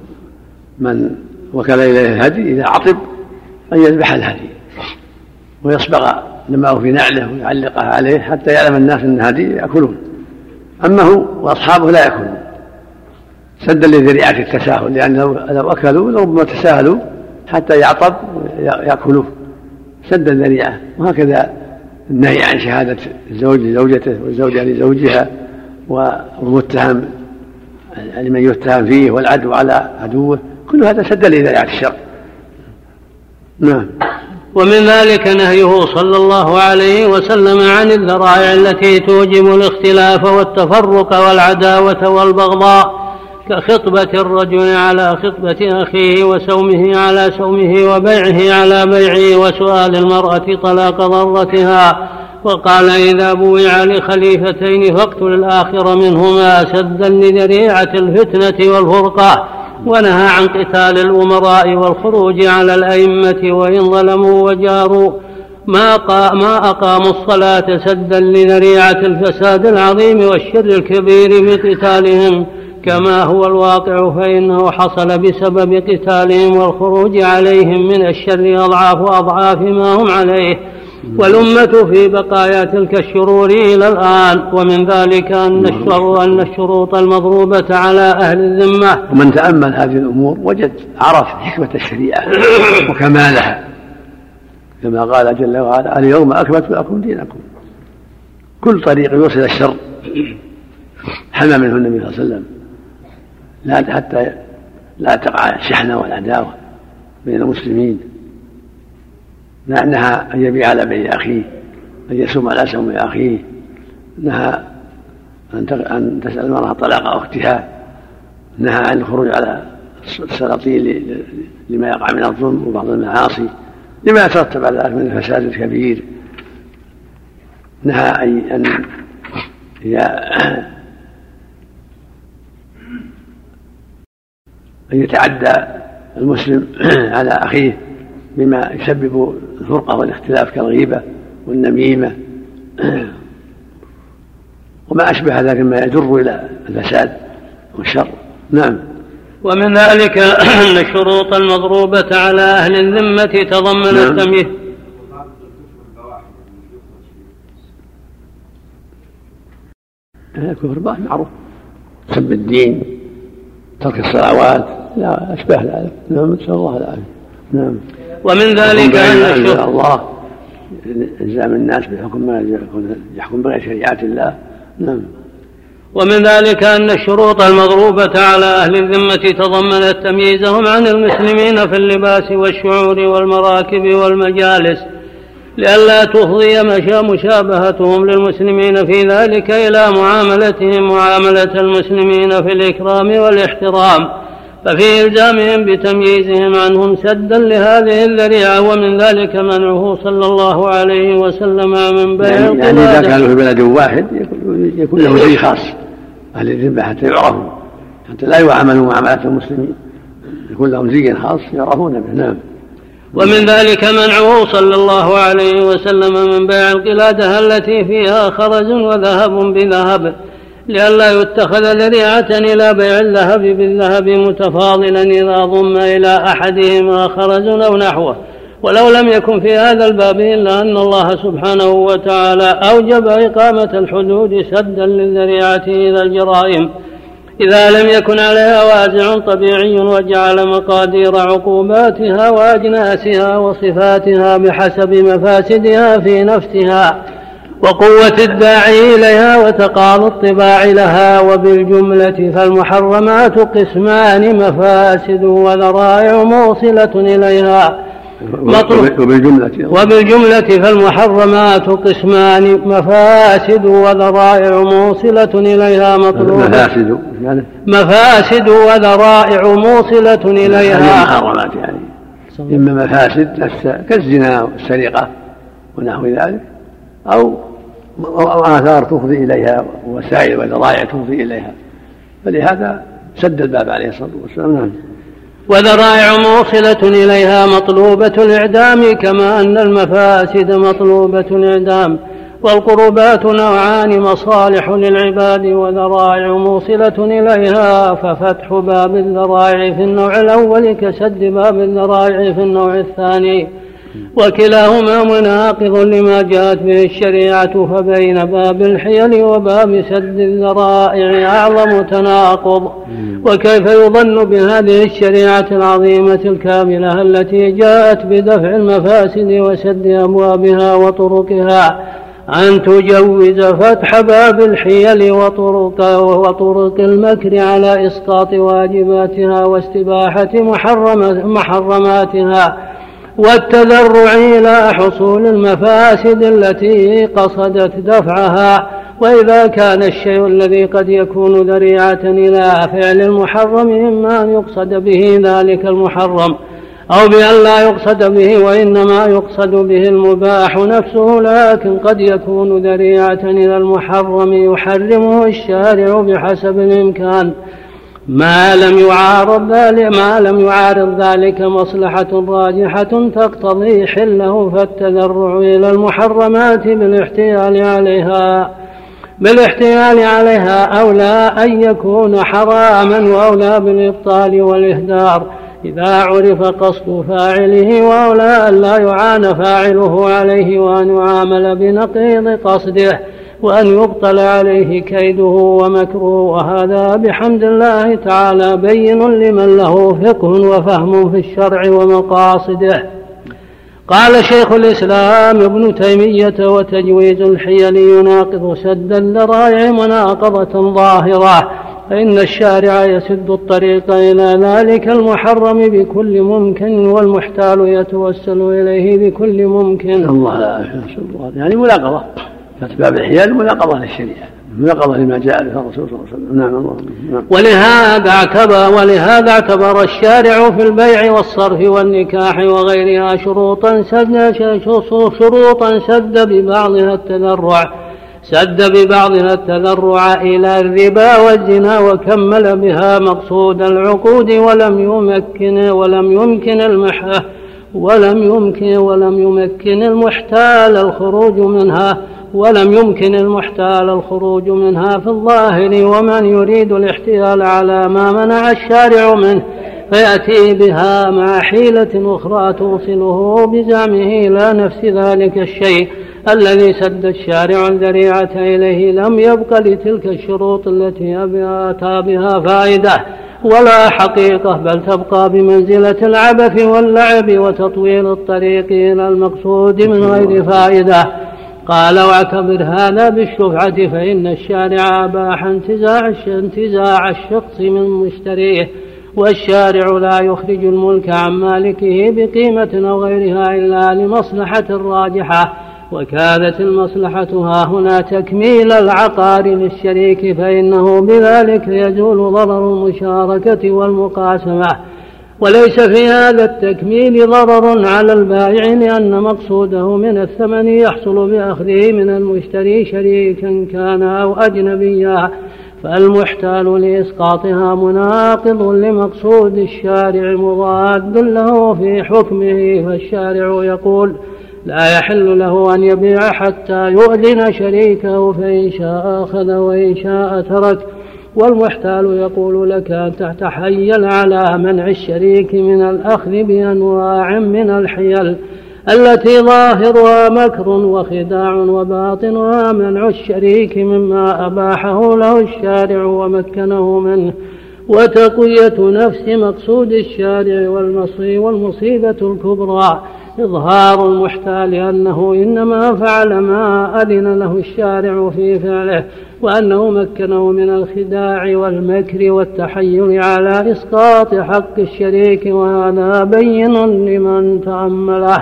من وكل إليه الهدي إذا عطب أن يذبح الهدي ويصبغ دماغه في نعله ويعلقها عليه حتى يعلم الناس أن الهدي يأكلون، أما هو وأصحابه لا يأكلون سدا لذريعة التساهل، لأن لو أكلوا ربما تساهلوا حتى يعطب يأكلوه سدا الذريعة. وهكذا النهي عن شهادة الزوج لزوجته والزوجة لزوجها والمتهم لمن يتهم فيه والعدو على عدوه، كل هذا سد لذريعة الشر. نعم. ومن ذلك نهيه صلى الله عليه وسلم عن الذرائع التي توجب الاختلاف والتفرق والعداوة والبغضاء، كخطبة الرجل على خطبة أخيه، وسومه على سومه، وبيعه على بيعه، وسؤال المرأة طلاق ضرتها. وقال: إذا بويع لخليفتين فاقتل الآخر منهما سدا لذريعة الفتنة والفرقة. ونهى عن قتال الأمراء والخروج على الأئمة وإن ظلموا وجاروا، ما, ما أقاموا الصلاة سدا لذريعة الفساد العظيم والشر الكبير بقتالهم، كما هو الواقع، فإنه حصل بسبب قتالهم والخروج عليهم من الشر أضعاف أضعاف ما هم عليه، والأمة في بقايا تلك الشرور إلى الآن. ومن ذلك أن الشروط المضروبة على أهل الذمة. ومن تأمل هذه الأمور وجد عرف حكمة الشريعة وكمالها، كما قال جل وعلا: اليوم أكملت لكم دينكم. كل طريق يوصل الشر حمى منه النبي صلى الله عليه وسلم، لا حتى لا تقع الشحنة والعداوة بين المسلمين. نهى أن يبيع على بيع أخيه، أن يسوم على سوم أخيه، نهى أن تسأل المرأة طلاق أختها، نهى عن الخروج على السلاطين لما يقع من الظلم وبعض المعاصي لما يترتب على ذلك من الفساد الكبير. نهى أن أن يتعدى المسلم على أخيه بما يسبب الفرقة والاختلاف كالغيبة والنميمة وما أشبه ذلك مما يجر إلى الفساد والشر. نعم. ومن ذلك أن الشروط المضروبة على أهل الذمة تضمن التمييز. الكفر باطل معروف، سب الدين، ترك الصلوات، لا أشبه ذلك. نعم، نسأل الله العافية. نعم. ومن ذلك أن الله إلزام الناس بحكم ما يحكم بغير شريعة الله. نعم. ومن ذلك أن الشروط المضروبة على أهل الذمة تضمنت تمييزهم عن المسلمين في اللباس والشعور والمراكب والمجالس، لئلا تفضي مشابهتهم للمسلمين في ذلك إلى معاملتهم معاملة المسلمين في الإكرام والاحترام، ففي إلزامهم بتمييزهم عنهم سدا لهذه الذريعة. ومن ذلك منعه صلى الله عليه وسلم من بيع القلادة. يعني إذا كانوا في بلد واحد يكون له زي خاص أهل الذمة حتى يعرفوا، حتى لا يعاملوا معاملة المسلمين، يكون لهم زي خاص يعرفون به. نعم. ومن ذلك منعه صلى الله عليه وسلم من بيع القلادة التي فيها خرز وذهب بذهب، لئلا يتخذ ذريعة إلى بيع الذهب بالذهب متفاضلا إذا ضم إلى أحدهما خرز أو نحوه. ولو لم يكن في هذا الباب إلا أن الله سبحانه وتعالى أوجب إقامة الحدود سدا للذريعة إلى الجرائم إذا لم يكن عليها وازع طبيعي، وجعل مقادير عقوباتها وأجناسها وصفاتها بحسب مفاسدها في نفسها وقوة الداعي إليها وتقاضي الطباع لها. وبالجملة فالمحرمات قسمان: مفاسد وذرائع موصلة إليها. وبالجملة وبالجملة فالمحرمات قسمان: مفاسد وذرائع موصلة إليها مطلوبة. مفاسد يعني مفاسد وذرائع موصلة إليها محرمات، يعني إما مفاسد كالزنا والسرقة ونحو ذلك، أو آثار تفضي إليها وسائل وذرائع تفضي إليها، فلهذا سد الباب عليه الصلاة والسلام. نعم. وذرائع موصلة إليها مطلوبة الإعدام، كما أن المفاسد مطلوبة الإعدام. والقربات نوعان: مصالح للعباد وذرائع موصلة إليها، ففتح باب الذرائع في النوع الأول كسد باب الذرائع في النوع الثاني، وكلاهما مناقض لما جاءت به الشريعة. فبين باب الحيل وباب سد الذرائع أعظم تناقض. وكيف يظن بهذه الشريعة العظيمة الكاملة التي جاءت بدفع المفاسد وسد أبوابها وطرقها أن تجوز فتح باب الحيل وطرق, وطرق المكر على إسقاط واجباتها واستباحة محرماتها، والتذرع إلى حصول المفاسد التي قصدت دفعها. وإذا كان الشيء الذي قد يكون ذريعة إلى فعل المحرم إما أن يقصد به ذلك المحرم أو بأن لا يقصد به وإنما يقصد به المباح نفسه، لكن قد يكون ذريعة إلى المحرم يحرمه الشارع بحسب الإمكان ما لم يعارض ذلك ما لم يعارض ذلك مصلحة راجحة تقتضي حله، فالتذرع إلى المحرمات بالاحتيال عليها بالاحتيال عليها أولى أن يكون حراما وأولى بالإبطال والإهدار إذا عرف قصد فاعله، وأولى أن لا يعان فاعله عليه وأن يعامل بنقيض قصده وأن يبطل عليه كيده ومكره. وهذا بحمد الله تعالى بين لمن له فقه وفهم في الشرع ومقاصده. قال شيخ الإسلام ابن تيمية: وتجويز الحيل يناقض سد الذرائع مناقضة ظاهرة، فإن الشارع يسد الطريق إلى ذلك المحرم بكل ممكن، والمحتال يتوسل إليه بكل ممكن. الله لا الله يعني مناقضة، فأسباب الحيل مناقضة للشريعة، مناقضة لما جاء به الرسول صلى الله عليه وسلم. نعم الله. نعم. ولهذا اعتبر ولهذا اعتبر الشارع في البيع والصرف والنكاح وغيرها شروطا سد شروطا سد ببعضها التذرع سد ببعضها التذرع إلى الربا والزنا، وكمل بها مقصود العقود، ولم يمكن ولم يمكن المح ولم يمكن ولم يمكن المحتال الخروج منها ولم يمكن المحتال الخروج منها في الظاهر. ومن يريد الاحتيال على ما منع الشارع منه فيأتي بها مع حيلة أخرى توصله بزعمه إلى نفس ذلك الشيء الذي سد الشارع الذريعة إليه، لم يبق لتلك الشروط التي أتى بها فائدة ولا حقيقة، بل تبقى بمنزلة العبث واللعب وتطويل الطريق إلى المقصود من غير فائدة. قال: واعتبر هذا بالشفعة، فإن الشارع أباح انتزاع انتزاع الشخص من مشتريه، والشارع لا يخرج الملك عن مالكه بقيمة أو غيرها إلا لمصلحة راجحة، وكانت المصلحة ها هنا تكميل العقار للشريك، فإنه بذلك يزول ضرر المشاركة والمقاسمة، وليس في هذا التكميل ضرر على البائع، لأن مقصوده من الثمن يحصل بأخذه من المشتري شريكا كان أو أجنبيا، فالمحتال لإسقاطها مناقض لمقصود الشارع مضاد له في حكمه. فالشارع يقول: لا يحل له أن يبيع حتى يؤذن شريكه، فإن شاء أخذ وإن شاء ترك. والمحتال يقول لك أن تتحيل على منع الشريك من الأخذ بأنواع من الحيل التي ظاهرها مكر وخداع، وباطنها منع الشريك مما أباحه له الشارع ومكنه منه، وتقوية نفس مقصود الشارع. والمصيبة الكبرى إظهار المحتال أنه إنما فعل ما أذن له الشارع في فعله، وأنه مكنه من الخداع والمكر والتحيل على إسقاط حق الشريك، وهذا بين لمن تأمله.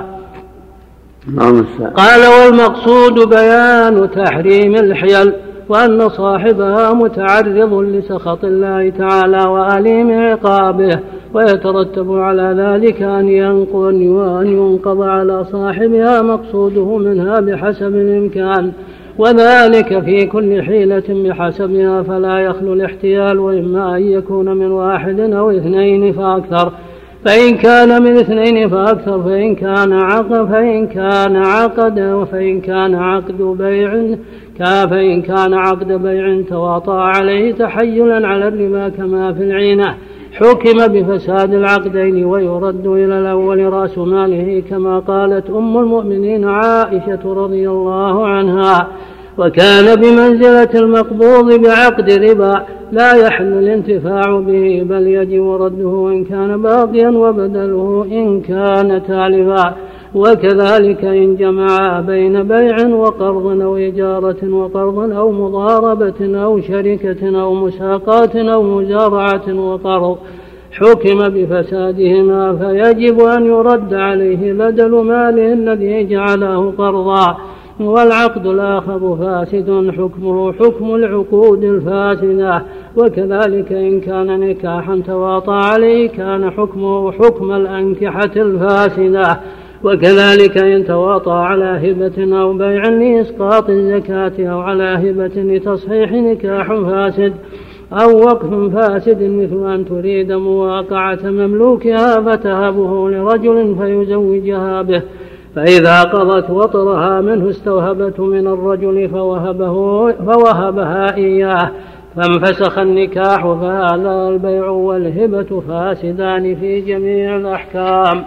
قال: والمقصود بيان تحريم الحيل، وأن صاحبها متعرض لسخط الله تعالى وأليم عقابه، ويترتب على ذلك أن ينقض على صاحبها مقصوده منها بحسب الإمكان، وذلك في كل حيلة بحسبها، فلا يخلو الاحتيال، وإما أن يكون من واحد أو اثنين فأكثر، فإن كان من اثنين فأكثر، فإن كان عقد فإن كان عقد وفإن كان عقد بيع فإن كان عقد بيع تواطأ عليه تحيلا على الربا كما في العينة، حكم بفساد العقدين ويرد إلى الأول رأس ماله، كما قالت أم المؤمنين عائشة رضي الله عنها: وكان بمنزلة المقبوض بعقد ربا، لا يحل الانتفاع به، بل يجب رده إن كان باقيا وبدله إن كان تالفا. وكذلك إن جمع بين بيع وقرض أو إجارة وقرض أو مضاربة أو شركة أو مساقات أو مزارعة وقرض، حكم بفسادهما فيجب أن يرد عليه بدل ماله الذي جعله قرضا. والعقد الآخر فاسد حكمه حكم العقود الفاسدة. وكذلك إن كان نكاحا تواطى عليه كان حكمه حكم الأنكحة الفاسدة. وكذلك إن تواطى على هبة أو بيع لإسقاط الزكاة أو على هبة لتصحيح نكاح فاسد أو وقف فاسد مثل أن تريد مواقعة مملوكها فتهبه لرجل فيزوجها به، فإذا قضت وطرها منه استوهبته من الرجل فوهبه فوهبها إياه فانفسخ النكاح، فهذا البيع والهبة فاسدان في جميع الأحكام.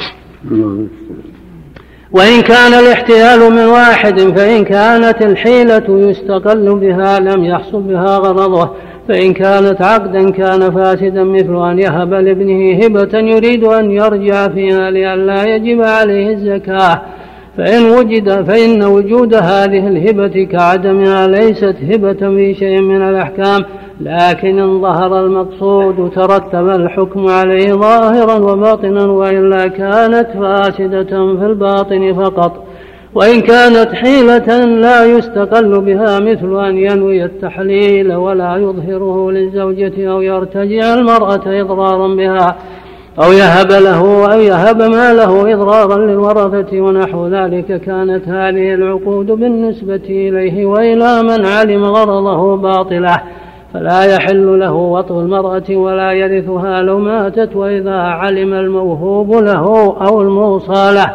وإن كان الاحتيال من واحد فإن كانت الحيلة يستقل بها لم يحصل بها غرضه، فإن كانت عقدا كان فاسدا مثل أن يهب لابنه هبة يريد أن يرجع فيها لئلا يجب عليه الزكاة، فإن وجد فإن وجود هذه الهبة كعدمها ليست هبة في شيء من الأحكام، لكن إن ظهر المقصود ترتب الحكم عليه ظاهرا وباطنا، وإلا كانت فاسدة في الباطن فقط. وإن كانت حيلة لا يستقل بها مثل أن ينوي التحليل ولا يظهره للزوجة أو يرتجع المرأة إضرارا بها أو يهب له أو يهب ما له إضرارا للورثة ونحو ذلك، كانت هذه العقود بالنسبة إليه وإلى من علم غرضه باطلة، فلا يحل له وطء المرأة ولا يرثها لو ماتت. وإذا علم الموهوب له أو الموصى له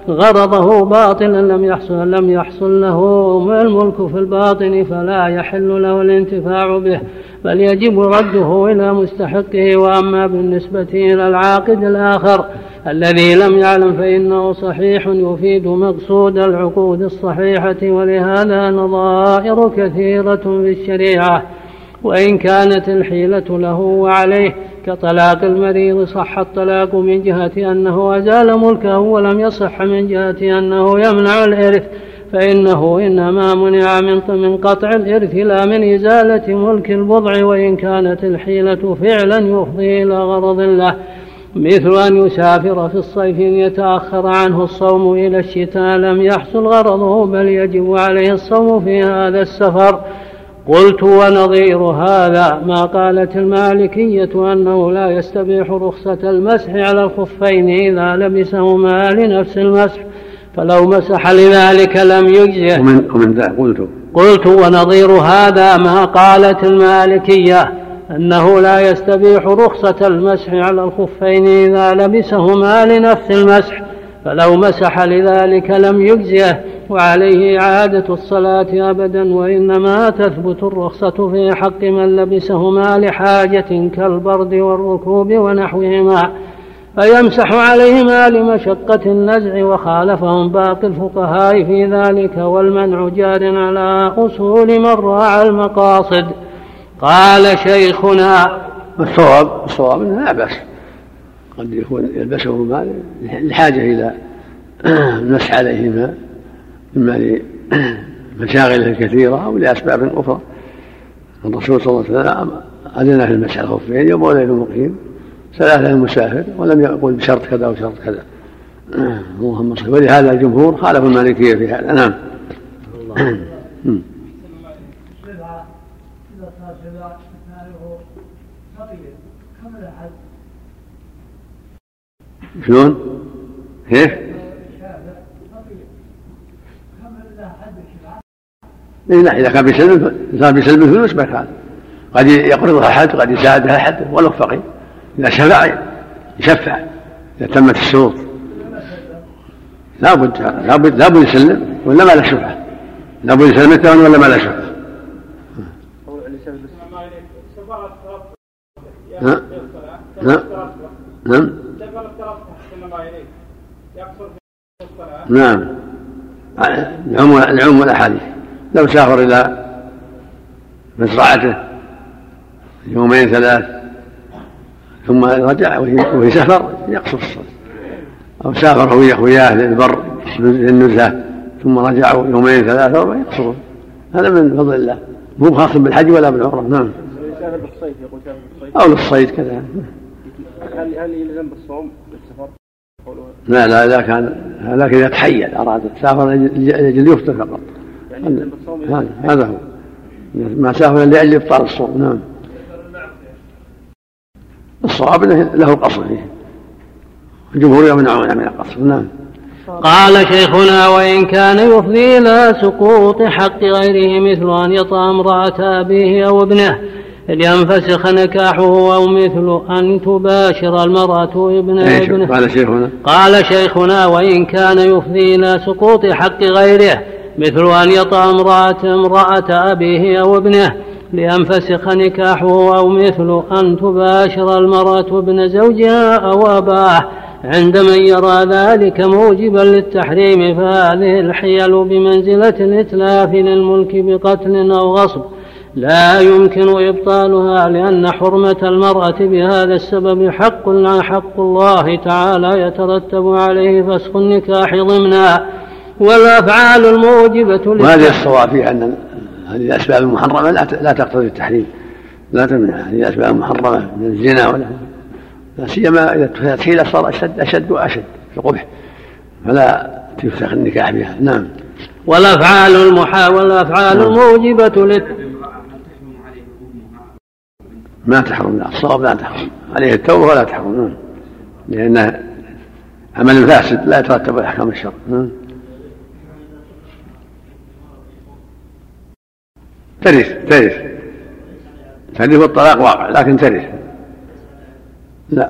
غرضه باطلا لم يحصل لم يحصل له الملك في الباطن فلا يحل له الانتفاع به، بل يجب رده إلى مستحقه. وأما بالنسبة إلى العاقد الآخر الذي لم يعلم فإنه صحيح يفيد مقصود العقود الصحيحة، ولهذا نظائر كثيرة في الشريعة. وإن كانت الحيلة له وعليه كطلاق المريض صح الطلاق من جهة أنه أزال ملكه ولم يصح من جهة أنه يمنع الإرث، فإنه إنما منع من قطع الإرث لا من إزالة ملك البضع. وإن كانت الحيلة فعلا يفضي إلى غرض له مثل أن يسافر في الصيف يتأخر عنه الصوم إلى الشتاء لم يحصل غرضه، بل يجب عليه الصوم في هذا السفر. قلت ونظير هذا ما قالت المالكية أنه لا يستبيح رخصة المسح على الخفين إذا لبسهما لنفس المسح، فلو مسح لذلك لم يجزه. ومن, ومن ذا قلت قلت ونظير هذا ما قالت المالكية أنه لا يستبيح رخصة المسح على الخفين إذا لبسهما لنفس المسح، فلو مسح لذلك لم يجزه وعليه إعادة الصلاة أبدا، وإنما تثبت الرخصة في حق من لبسهما لحاجة كالبرد والركوب ونحوهما، فيمسح عليهما لمشقة النزع، وخالفهم باقي الفقهاء في ذلك، والمنع جار على أصول من راعى المقاصد. قال شيخنا الصواب الصواب انه لا بأس، قد يكون يلبسهما لحاجة إلى المسح عليهما إما لمشاغله الكثيرة أو لأسباب أخرى. الرسول صلى الله عليه وسلم أذن في المسح على الخفين يوم وليلة المقيم ثلاثة المسافر، ولم يقل بشرط كذا وشرط كذا. اللهم صل. ولهذا الجمهور خالفوا المالكية في هذا. نعم. شلون؟ كيف؟ لا، إذا كان بيسلم إذا بيسلم الفلوس ما كان، قد يقرضها أحد قد يساعدها أحد ولو فقير، إذا شفع يشفع إذا تمت الشروط. لا بد لا بد لا بد يسلم ولا ما له شفعة، لا بد يسلم الثمن ولا ما له شفعة. نعم نعم نعم نعم العموم والأحاديث. لو سافر إلى مزرعته يومين ثلاث ثم رجع وهي سفر يقصر الصلاة، أو سافر هو أخوياه للبر للنزهة ثم رجعوا يومين ثلاثة يقصرون، هذا من فضل الله، مو خاص بالحج ولا بالعمرة. نعم. أو للصيد كذا. هل هل يلزم بالصوم بالسفر؟ لا لا إذا كان لكن إذا تحيل أراد تسافر لأجل يفطر فقط يعني يلزم بالصوم. هذا هو ما سافر لأجل إفطار الصوم. نعم الصواب له القصر فيه، الجمهور يمنعون من القصر. نعم. قال شيخنا: وإن كان يفضي إلى سقوط حق غيره مثل أن يطأ امرأة أبيه أو ابنه لينفسخ نكاحه، أو مثل أن تباشر المرأة ابن ابنه. قال شيخنا قال شيخنا: وإن كان يفضي إلى سقوط حق غيره مثل أن يطأ امرأة امرأة أبيه أو ابنه لينفسخ نكاحه، أو مثل أن تباشر المرأة ابن زوجها أو أباه، عند من يرى ذلك موجبا للتحريم، فهذه الحيل بمنزلة الإتلاف للملك بقتل أو غصب لا يمكن إبطالها، لأن حرمة المرأة بهذا السبب حق حق الله تعالى يترتب عليه فسخ النكاح ضمنا. والأفعال الموجبة وهذه الصواب في أن هذه الأسباب المحرمة لا تقتضي التحريم، لا تمنع. هذه الأسباب المحرمة من الزنا ولا لا سيما إذا تحيل صار أشد أشد وأشد في القبح، فلا تفسخ النكاح بها. نعم. والأفعال المحا والأفعال نعم. الموجبة للت ما تحرم. لا الصواب لا تحرم عليه التوبة ولا تحرم. نعم. لأنه عمل فاسد لا يترتب على أحكام الشرع. نعم. ترث ترث ترث والطلاق واقع لكن ترث لا.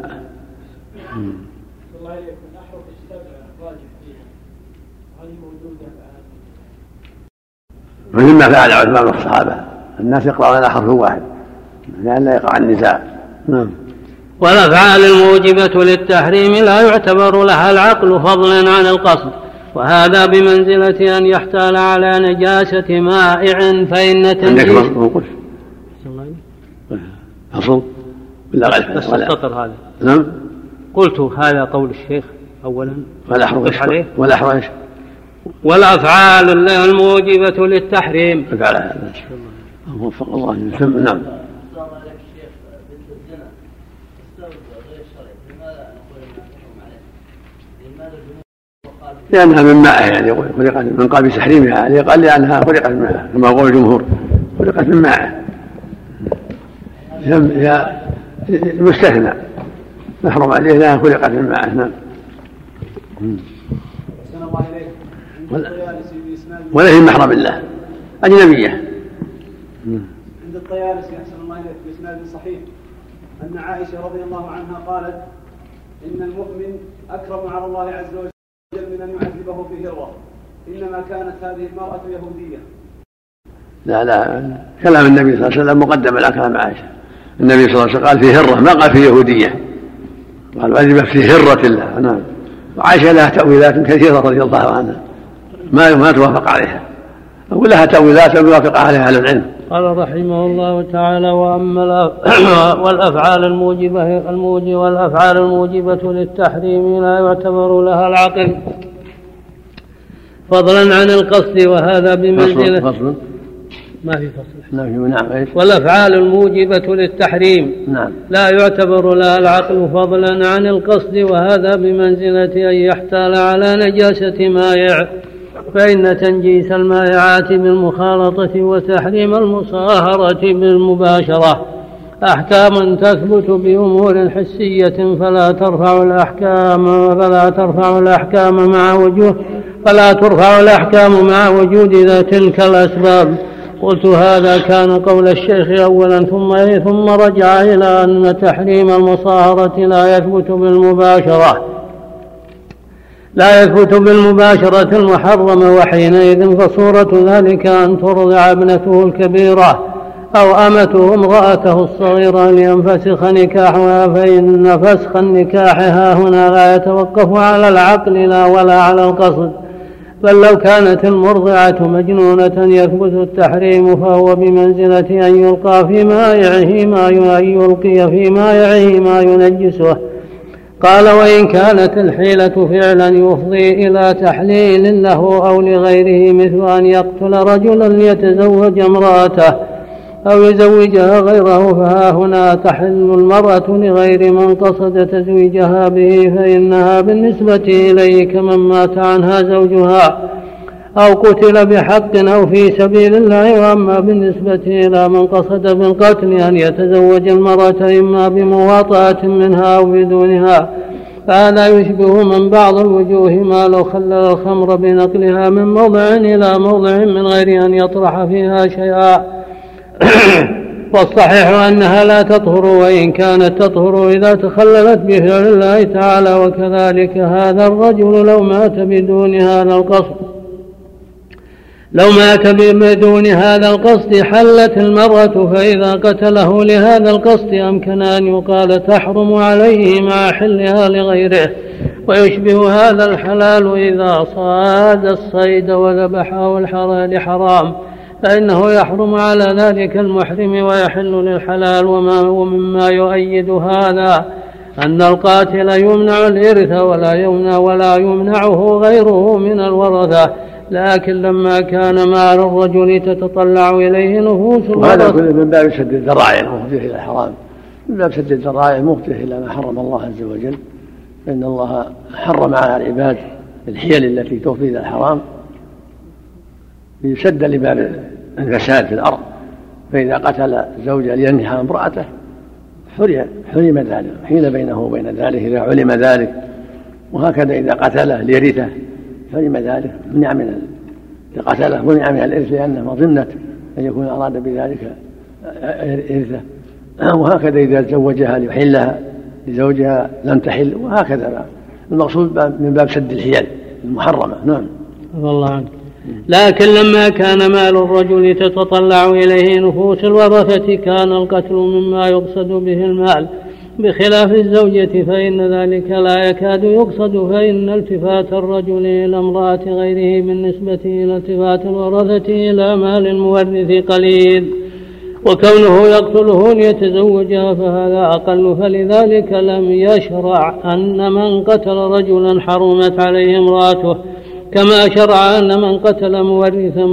ومما فعل عثمان والصحابة الناس يقرأون على حرف واحد لأن لا يقع النزاع. نعم. والأفعال الموجبة للتحريم لا يعتبر لها العقل فضلا عن القصد، وهذا بمنزلة أن يحتال على نجاسة مائع فإن تنجيس أصل بس السطر هذا. نعم. قلت هذا قول الشيخ أولا ولا حرف عليه ولا حرف. والأفعال الموجبة للتحريم فعل هذا وفق الله. نعم. لأنها من ماء يعني خلقت من قال بتحريمها يعني قال لأنها خلقت من ماء كما قول الجمهور خلقت من ماء هي المستثنى محرم عليه لأنها خلقت من ماء. نعم. ولا هي محرم الله أجنبية. عند الطيالسي أحسن الله إليك بإسناد صحيح أن عائشة رضي الله عنها قالت إن المؤمن أكرم على الله عز وجل من أن يعذبه في هروة، إنما كانت هذه المرأة يهودية. لا لا كلام النبي صلى الله عليه وسلم مقدم على كلام عائشة. النبي صلى الله عليه وسلم قال في هرة ما قال في يهودية، قال واجب في هرة الله. نعم. وعائشة لها تأويلات كثيرة رضي الله عنها ما ما توافق عليها أو لها تأويلات لم يوافق عليها أهل العلم. قال رحمه الله تعالى: وأما والأفعال الموجبة الموجبة والأفعال الموجبة للتحريم لا يعتبر لها العقل فضلا عن القصد، وهذا بمنزلة فصل ما في فصل. نعم. والأفعال الموجبة للتحريم نعم. لا يعتبر لها العقل فضلا عن القصد، وهذا بمنزلة أن يحتال على نجاسة مائع، فإن تنجيس المائعات بالمخالطة وتحريم المصاهرة بالمباشرة أحكام تثبت بأمور حسية فلا ترفع الأحكام فلا ترفع الأحكام مع وجود فلا ترفع الأحكام مع وجود ذا تلك الأسباب. قلت هذا كان قول الشيخ أولا ثم ثم رجع إلى أن تحريم المصاهرة لا يثبت بالمباشرة لا يثبت بالمباشرة المحرمة، وحينئذ فصورة ذلك أن ترضع ابنته الكبيرة أو أمته امرأته الصغيرة لينفسخ نكاحها، فإن فسخ النكاح ها هنا لا يتوقف على العقل لا ولا على القصد، بل لو كانت المرضعة مجنونة يثبت التحريم، فهو بمنزلة أن يلقى في مائعه ما أن يلقي في مائعه ما ينجسه. قال: وإن كانت الحيلة فعلا يفضي إلى تحليل له أو لغيره مثل أن يقتل رجلا ليتزوج امرأته أو يزوجها غيره فها هنا تحل المرأة لغير من قصد تزويجها به، فإنها بالنسبة إليه كمن مات عنها زوجها أو قتل بحق أو في سبيل الله. وأما بالنسبة إلى من قصد بالقتل أن يتزوج المرأة إما بمواطأة منها أو بدونها، فهذا يشبه من بعض الوجوه ما لو خلل الخمر بنقلها من موضع إلى موضع من غير أن يطرح فيها شيئا. والصحيح أنها لا تطهر، وإن كانت تطهر إذا تخللت بفعل الله تعالى. وكذلك هذا الرجل لو مات بدون هذا القصد لو مات بدون هذا القصد حلت المرأة، فإذا قتله لهذا القصد أمكن أن يقال تحرم عليه مع حلها لغيره. ويشبه هذا الحلال إذا صاد الصيد وذبحه الحلال حرام، فإنه يحرم على ذلك المحرم ويحل للحلال. ومما يؤيد هذا أن القاتل يمنع الإرث ولا يمنع ولا يمنعه غيره من الورثة، لكن لما كان مال الرجل تتطلع إليه نفوس الورثة، وهذا كله من باب سد الذرائع المفضي إلى الحرام، من باب سد الذرائع المفضي إلى ما حرم الله عز وجل. فإن الله حرم على العباد الحيل التي تفضي إلى الحرام ليسد لباب الفساد في الأرض. فإذا قتل زوجا لينهى امرأته حرم ذلك، حيل بينه وبين ذلك إذا علم ذلك. وهكذا إذا قتله ليرثه حرم ذلك، منع من قتله منع من الإرث لأنه مظنة أن يكون أراد بذلك إرثه. وهكذا إذا تزوجها ليحلها لزوجها لم تحل، وهكذا. المقصود من باب سد الحيل المحرمة. نعم والله عنك. لكن لما كان مال الرجل تتطلع إليه نفوس الورثة كان القتل مما يقصد به المال، بخلاف الزوجة فإن ذلك لا يكاد يقصد، فإن التفات الرجل إلى امرأة غيره بالنسبة إلى التفات الورثة إلى مال المورث قليل، وكونه يقتله ليتزوجها فهذا أقل. فلذلك لم يشرع أن من قتل رجلا حرمت عليه امرأته، كما شرع أن من قتل مورثا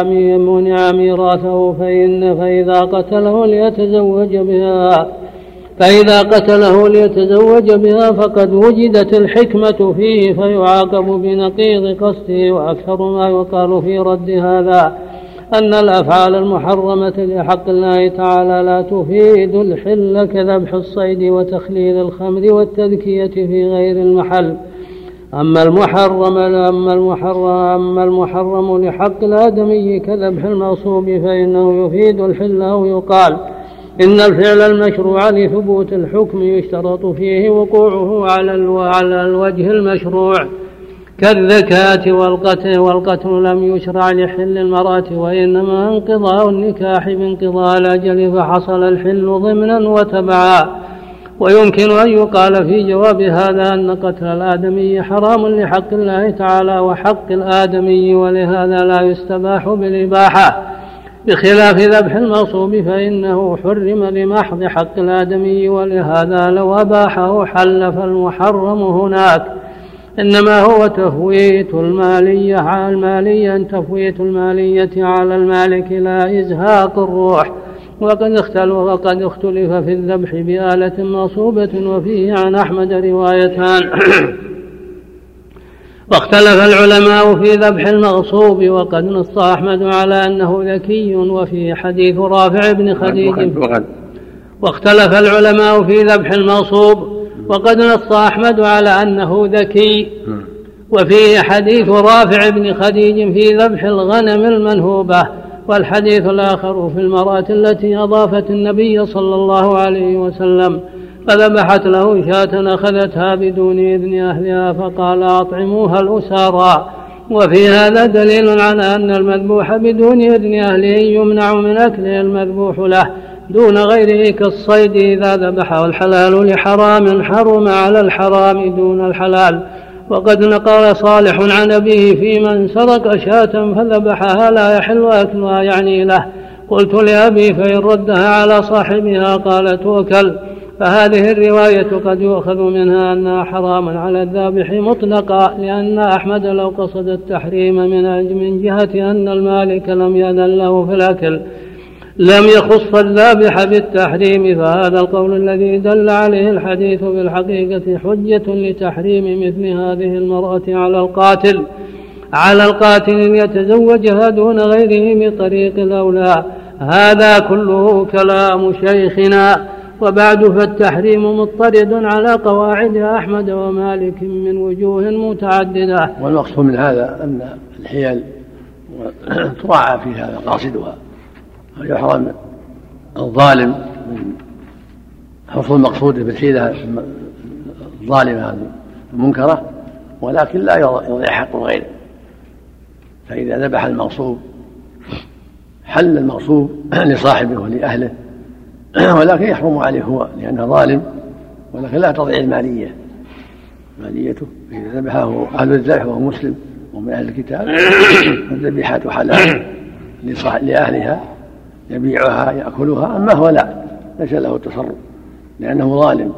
منع ميراثه. فإن فإذا قتله ليتزوج بها فإذا قتله ليتزوج بها فقد وجدت الحكمة فيه فيعاقب بنقيض قصده. وأكثر ما يقال في رد هذا أن الأفعال المحرمة لحق الله تعالى لا تفيد الحل، كذبح الصيد وتخليل الخمر والتذكية في غير المحل. أما المحرم أما المحرم أما المحرم لحق الآدمي كذبح المغصوب فإنه يفيد الحل. أو يقال إن الفعل المشروع لثبوت الحكم يشترط فيه وقوعه على الوجه المشروع، كالذكاة والقتل. والقتل لم يشرع لحل المرأة، وإنما انقضاء النكاح بانقضاء الأجل، فحصل الحل ضمنا وتبعا. ويمكن أن يقال في جواب هذا أن قتل الآدمي حرام لحق الله تعالى وحق الآدمي، ولهذا لا يستباح بالإباحة، بخلاف ذبح المغصوب فإنه حرم لمحض حق الآدمي، ولهذا لو أباحه حل. فالمحرم هناك إنما هو تفويت المالية على المالية تفويت المالية على المالك لا إزهاق الروح. وقد اختلف وقد اختلف في الذبح بآلة مغصوبة، وفيه عن أحمد روايتان. واختلف العلماء في ذبح المغصوب، وقد نص أحمد على أنه ذكي، وفي حديث رافع بن خديج. واختلف العلماء في ذبح المغصوب، وقد نص أحمد على أنه ذكي، وفيه حديث رافع بن خديج في ذبح الغنم المنهوبة. والحديث الآخر في المرأة التي أضافت النبي صلى الله عليه وسلم فذبحت له شاة أخذتها بدون إذن أهلها فقال أطعموها الأسارى. وفي هذا دليل على أن المذبوح بدون إذن أهله يمنع من أكله المذبوح له دون غيره، كالصيد إذا ذبحه الحلال لحرام حرم على الحرام دون الحلال. وقد نقل صالح عن أبيه في من سرق شاة فذبحها لا يحل أكلها يعني له. قلت لأبي فإن ردها على صاحبها قال توكل. فهذه الرواية قد يؤخذ منها أنها حرام على الذابح مطلقا، لأن أحمد لو قصد التحريم من من جهة أن المالك لم يأذن له في الأكل لم يخص الذابح بالتحريم، فهذا القول الذي دل عليه الحديث في الحقيقة حجة لتحريم مثل هذه المرأة على القاتل على القاتل أن يتزوجها دون غيره بطريق الأولى. هذا كله كلام شيخنا. وبعد فالتحريم مضطرد على قواعد أحمد ومالك من وجوه متعددة. والمقصود من هذا أن الحيل تراعى في هذا قاصدها، ويحرم الظالم من حصول مقصوده بالحيلة الظالمة المنكرة، ولكن لا يضيع حق الغير. فإذا ذبح المغصوب حل المغصوب لصاحبه ولأهله، ولكن يحرم عليه هو لأنه ظالم، ولكن لا تضيع المالية ماليته. إذا ذبحه أهل الذبح وهو مسلم ومن أهل الكتاب فالذبيحة حلال لأهلها يبيعها يأكلها، أما هو لا ليس له التصرف لأنه ظالم.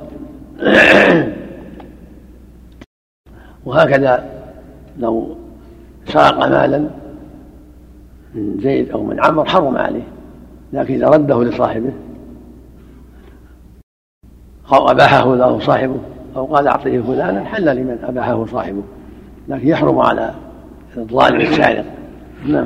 وهكذا لو سرق مالا من زيد أو من عمرو حرم عليه، لكن إذا رده لصاحبه أو أباحه له صاحبه أو قال أعطيه فلانا حل لمن أباحه صاحبه، لكن يحرم على الظالم السارق. نعم.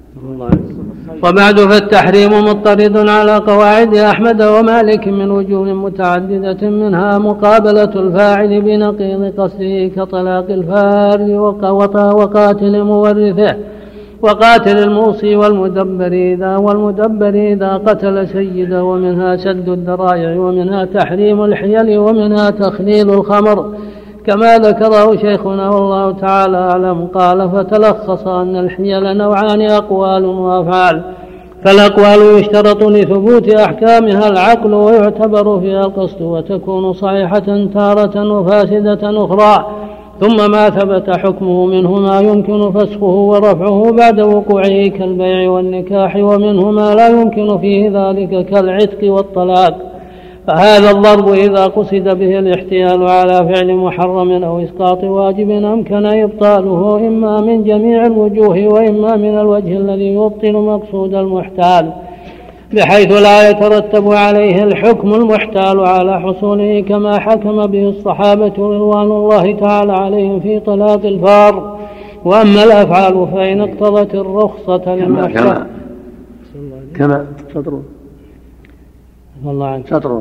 وبعد فالتحريم مضطرد على قواعد أحمد ومالك من وجوه متعددة، منها مقابلة الفاعل بنقيض قصده كطلاق الفار وقاتل مورثه وقاتل الموصي والمدبر إذا والمدبر إذا قتل سيده، ومنها سد الذرائع، ومنها تحريم الحيل، ومنها تخليل الخمر كما ذكره شيخنا والله تعالى أعلم. قال فتلخص أن الحيل نوعان أقوال وأفعال، فالأقوال يشترط لثبوت أحكامها العقل ويعتبر فيها القصد، وتكون صحيحة تارة وفاسدة أخرى، ثم ما ثبت حكمه منه ما يمكن فسخه ورفعه بعد وقوعه كالبيع والنكاح، ومنه ما لا يمكن فيه ذلك كالعتق والطلاق. فهذا الضرب إذا قصد به الاحتيال على فعل محرم أو إسقاط واجب أمكن إبطاله إما من جميع الوجوه وإما من الوجه الذي يبطل مقصود المحتال، بحيث لا يترتب عليه الحكم المحتال على حصوله كما حكم به الصحابة رضوان الله تعالى عليهم في طلاق الفار. وأما الأفعال فإن اقتضت الرخصة للمحتال كما تدرون والله عنك شطر.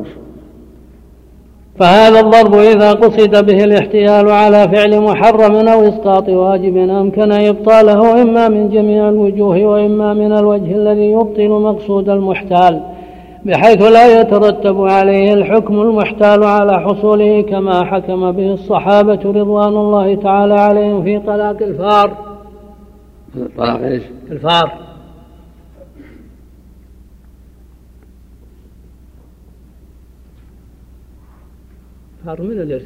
فهذا الضرب إذا قصد به الاحتيال على فعل محرم أو إسقاط واجب أمكن إبطاله إما من جميع الوجوه وإما من الوجه الذي يبطل مقصود المحتال، بحيث لا يترتب عليه الحكم المحتال على حصوله كما حكم به الصحابة رضوان الله تعالى عليهم في طلاق الفار. طلاق إيش؟ الفار. فار من الإرث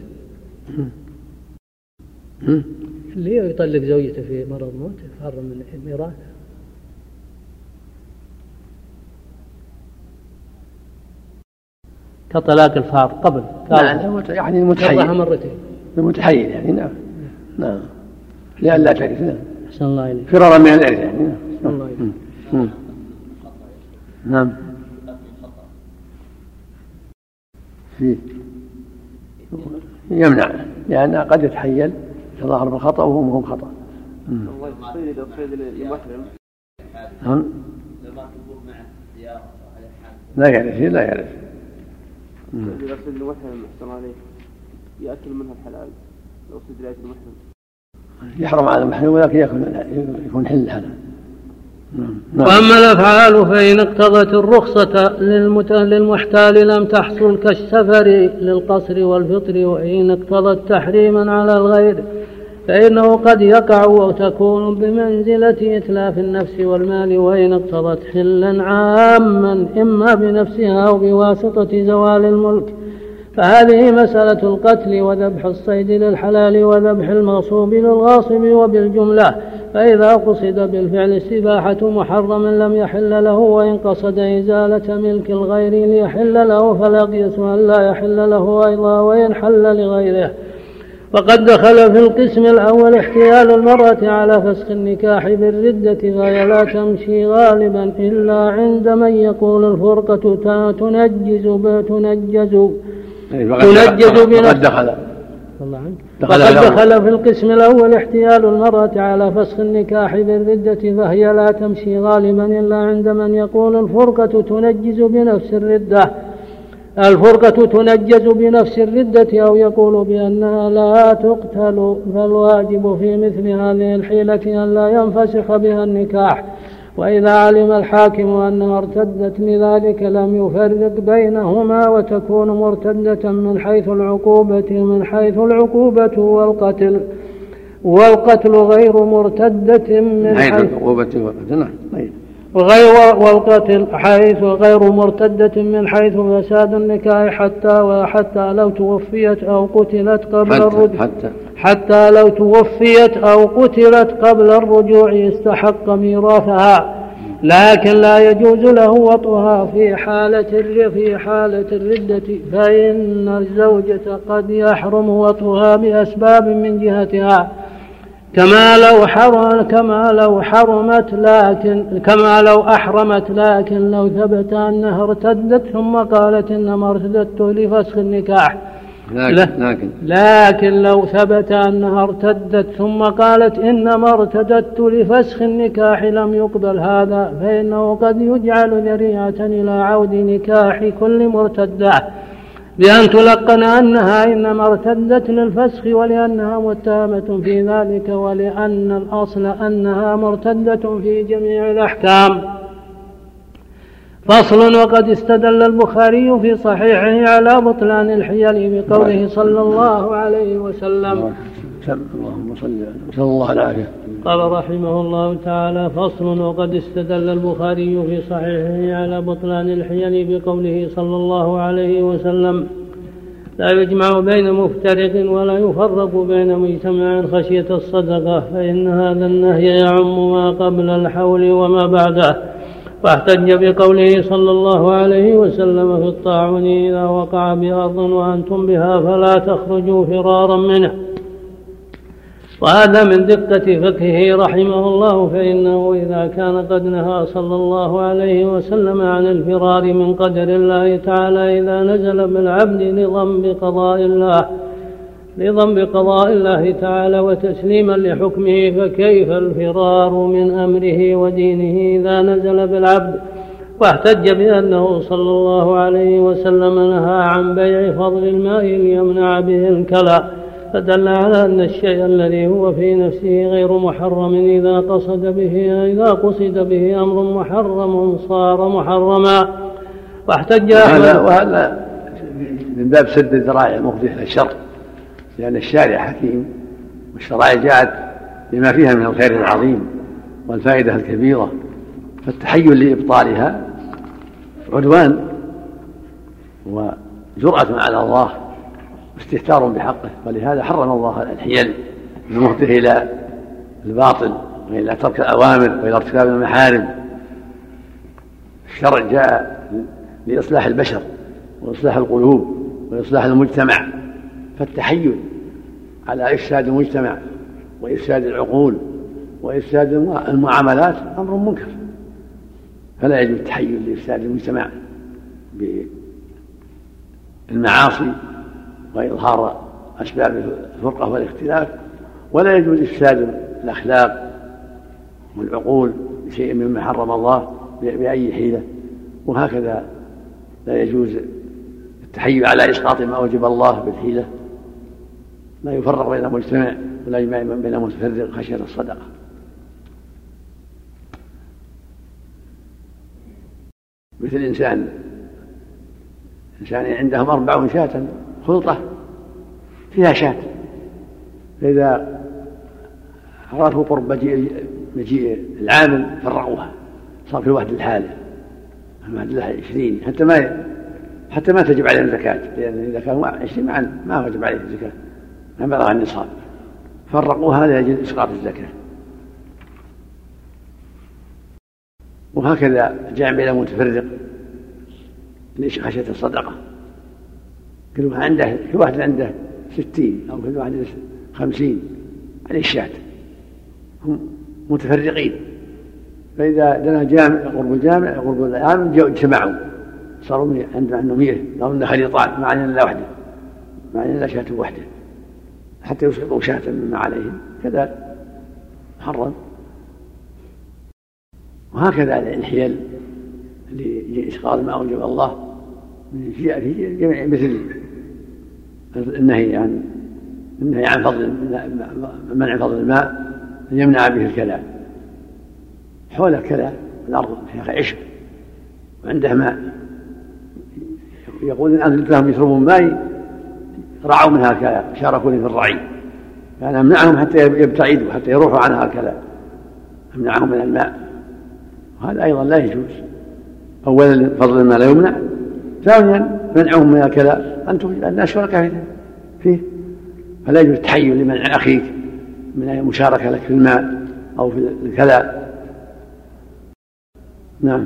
اللي يطلق زوجته في مرض موت فار من الميراث. كطلاق الفار قبل نعم يعني المتحيل مرتين المتحيل يعني نعم نعم لأن لا ترث نعم أحسن الله إليك فرارا من الإرث يعني نعم أحسن الله إليك نعم فيه يمنع لأن قد يتحيل يتظاهر بالخطأ وهو مهم خطأ. الله يصير إذا صيد المحرم هم لا يعرف لا يعرف إذا صيد المحرم أحسن عليه يأكل منها الحلال لو صيد رأيت المحرم يحرم على المحرم ولكن يكون حل هذا. وأما الأفعال فإن اقتضت الرخصة للمحتال لم تحصل كالسفر للقصر والفطر، وإن اقتضت تحريما على الغير فإنه قد يقع وتكون بمنزلة إتلاف النفس والمال، وإن اقتضت حلا عاما إما بنفسها أو بواسطة زوال الملك فهذه مسألة القتل وذبح الصيد للحلال وذبح المغصوب للغاصب وبالجملة. فإذا قصد بالفعل استباحة محرم لم يحل له، وإن قصد إزالة ملك الغير ليحل له فلا قيس أن لا يحل له أيضا وإن حل لغيره. وقد دخل في القسم الأول احتيال المرأة على فسخ النكاح بالردة، فهي لا تمشي غالبا إلا عند من يقول الفرقة تنجز تنجز تنجز بنفسها. وقد دخل في القسم الأول احتيال المرأة على فسخ النكاح بالردة، فهي لا تمشي غالبا إلا عند من يقول الفرقة تنجز بنفس الردة الفرقة تنجز بنفس الردة، أو يقول بأنها لا تقتل. فالواجب في مثل هذه الحيلة أن لا ينفسخ بها النكاح، وإذا علم الحاكم أنها ارتدت لذلك لم يفرق بينهما، وتكون مرتدة من حيث العقوبة من حيث العقوبة والقتل والقتل غير مرتدة من حيث العقوبة وغير والقتل حيث غير مرتدة من حيث فساد النكاح، حتى وحتى لو توفيت أو قتلت قبل الرجوع حتى, حتى لو توفيت أو قتلت قبل الرجوع استحق ميراثها، لكن لا يجوز له وطئها في حالة في حالة الردة، فإن الزوجة قد يحرم وطئها بأسباب من جهتها، كما لو حرم كما لو حرمت لكن كما لو أحرمت لكن لو ثبت أنها ارتدت ثم قالت إنما ارتدت لفسخ النكاح لكن, لكن, لكن لو ثبت أنها ارتدت ثم قالت إنما ارتدت لفسخ النكاح لم يقبل هذا، فإنه قد يجعل ذريعة إلى عود نكاح كل مرتدة بأن تلقن أنها إنما ارتدت للفسخ، ولأنها متهمة في ذلك، ولأن الأصل أنها مرتدة في جميع الأحكام. فصل. وقد استدل البخاري في صحيحه على بطلان الحيل بقوله صلى الله عليه وسلم اللهم صل وسلم الله العافية. قال رحمه الله تعالى: فصل. وقد استدل البخاري في صحيحه على بطلان الحيل بقوله صلى الله عليه وسلم: لا يجمع بين مفترق ولا يفرق بين مجتمع خشية الصدقة، فإن هذا النهي يعم ما قبل الحول وما بعده. واحتج بقوله صلى الله عليه وسلم في الطاعون: إذا وقع بأرض وأنتم بها فلا تخرجوا فرارا منه. وهذا من دقة فقهه رحمه الله، فإنه إذا كان قد نهى صلى الله عليه وسلم عن الفرار من قدر الله تعالى إذا نزل بالعبد لضم بقضاء الله لضم بقضاء الله تعالى وتسليما لحكمه، فكيف الفرار من أمره ودينه إذا نزل بالعبد؟ واحتج بأنه صلى الله عليه وسلم نهى عن بيع فضل الماء ليمنع به الكلى، فدل على أن الشيء الذي هو في نفسه غير محرم إذا قصد به إذا قصد به أمر محرم صار محرما. واحتج هذا وهذا من باب سد الذرائع المفضية إلى الشر، لأن الشارع حكيم والشرائع جاءت بما فيها من الخير العظيم والفائدة الكبيرة، فالتحيل لإبطالها عدوان وجرأة على الله واستهتار بحقه، ولهذا حرم الله الحيل المفضية إلى الباطل وإلى ترك الأوامر وإلى ارتكاب المحارم. الشرع جاء لإصلاح البشر وإصلاح القلوب وإصلاح المجتمع، فالتحيل على إفساد المجتمع وإفساد العقول وإفساد المعاملات أمر منكر، فلا يجوز التحيل لإفساد المجتمع بالمعاصي وإظهار أسباب الفرقة والاختلاف، ولا يجوز إفساد الأخلاق والعقول بشيء مما حرم الله بأي حيلة. وهكذا لا يجوز التحيل على إسقاط ما أوجب الله بالحيلة، لا يفرق بين المجتمع ولا يجمع بين متفرق خشية الصدقة. مثل إنسان إنسان عندهم أربعون شاة خلطة فيها شاة، فإذا عرفوا قرب مجيء العامل فرقوها، صار كل واحد لحاله، الواحد له عشرين، حتى ما حتى ما تجب عليهم الزكاة، لأن إذا كانوا عشرين معا ما وجب عليهم الزكاة، ما بلغ النصاب، فرقوها لأجل إسقاط الزكاة. وهكذا جاء بين متفرق خشية الصدقة، كل واحد عنده كل واحد عنده ستين أو كل واحدة خمسين عليه الشاة، هم متفرقين. فإذا دنا جامع قرب الجامع قرب العام اجتمعوا صاروا عندهم مية لو أن خليطان ما علينا إلا وحده، ما علينا إلا شاة وحده حتى يسقطوا شاة مما عليهم، كذا محرم. وهكذا الحيل اللي إسقاط ما أوجب الله من في جميع مثل النهي عن النهي عن فضل منع فضل الماء يمنع به الكلام. حول الكلام الأرض فيها عشب وعنده ماء، يقول إن أنزلت لهم يشربون ماء رعوا منها الكلام شاركوني في الرعي، فأنا أمنعهم حتى يبتعدوا حتى يروحوا عنها الكلام، أمنعهم من الماء. وهذا أيضا لا يجوز. أولا فضل الماء لا يمنع، ثانيا منعهم من الكلام أنتم الناس شركاء فيه، فلا يجوز التحيل لمنع أخيك من المشاركة لك في الماء أو في الكلام. نعم.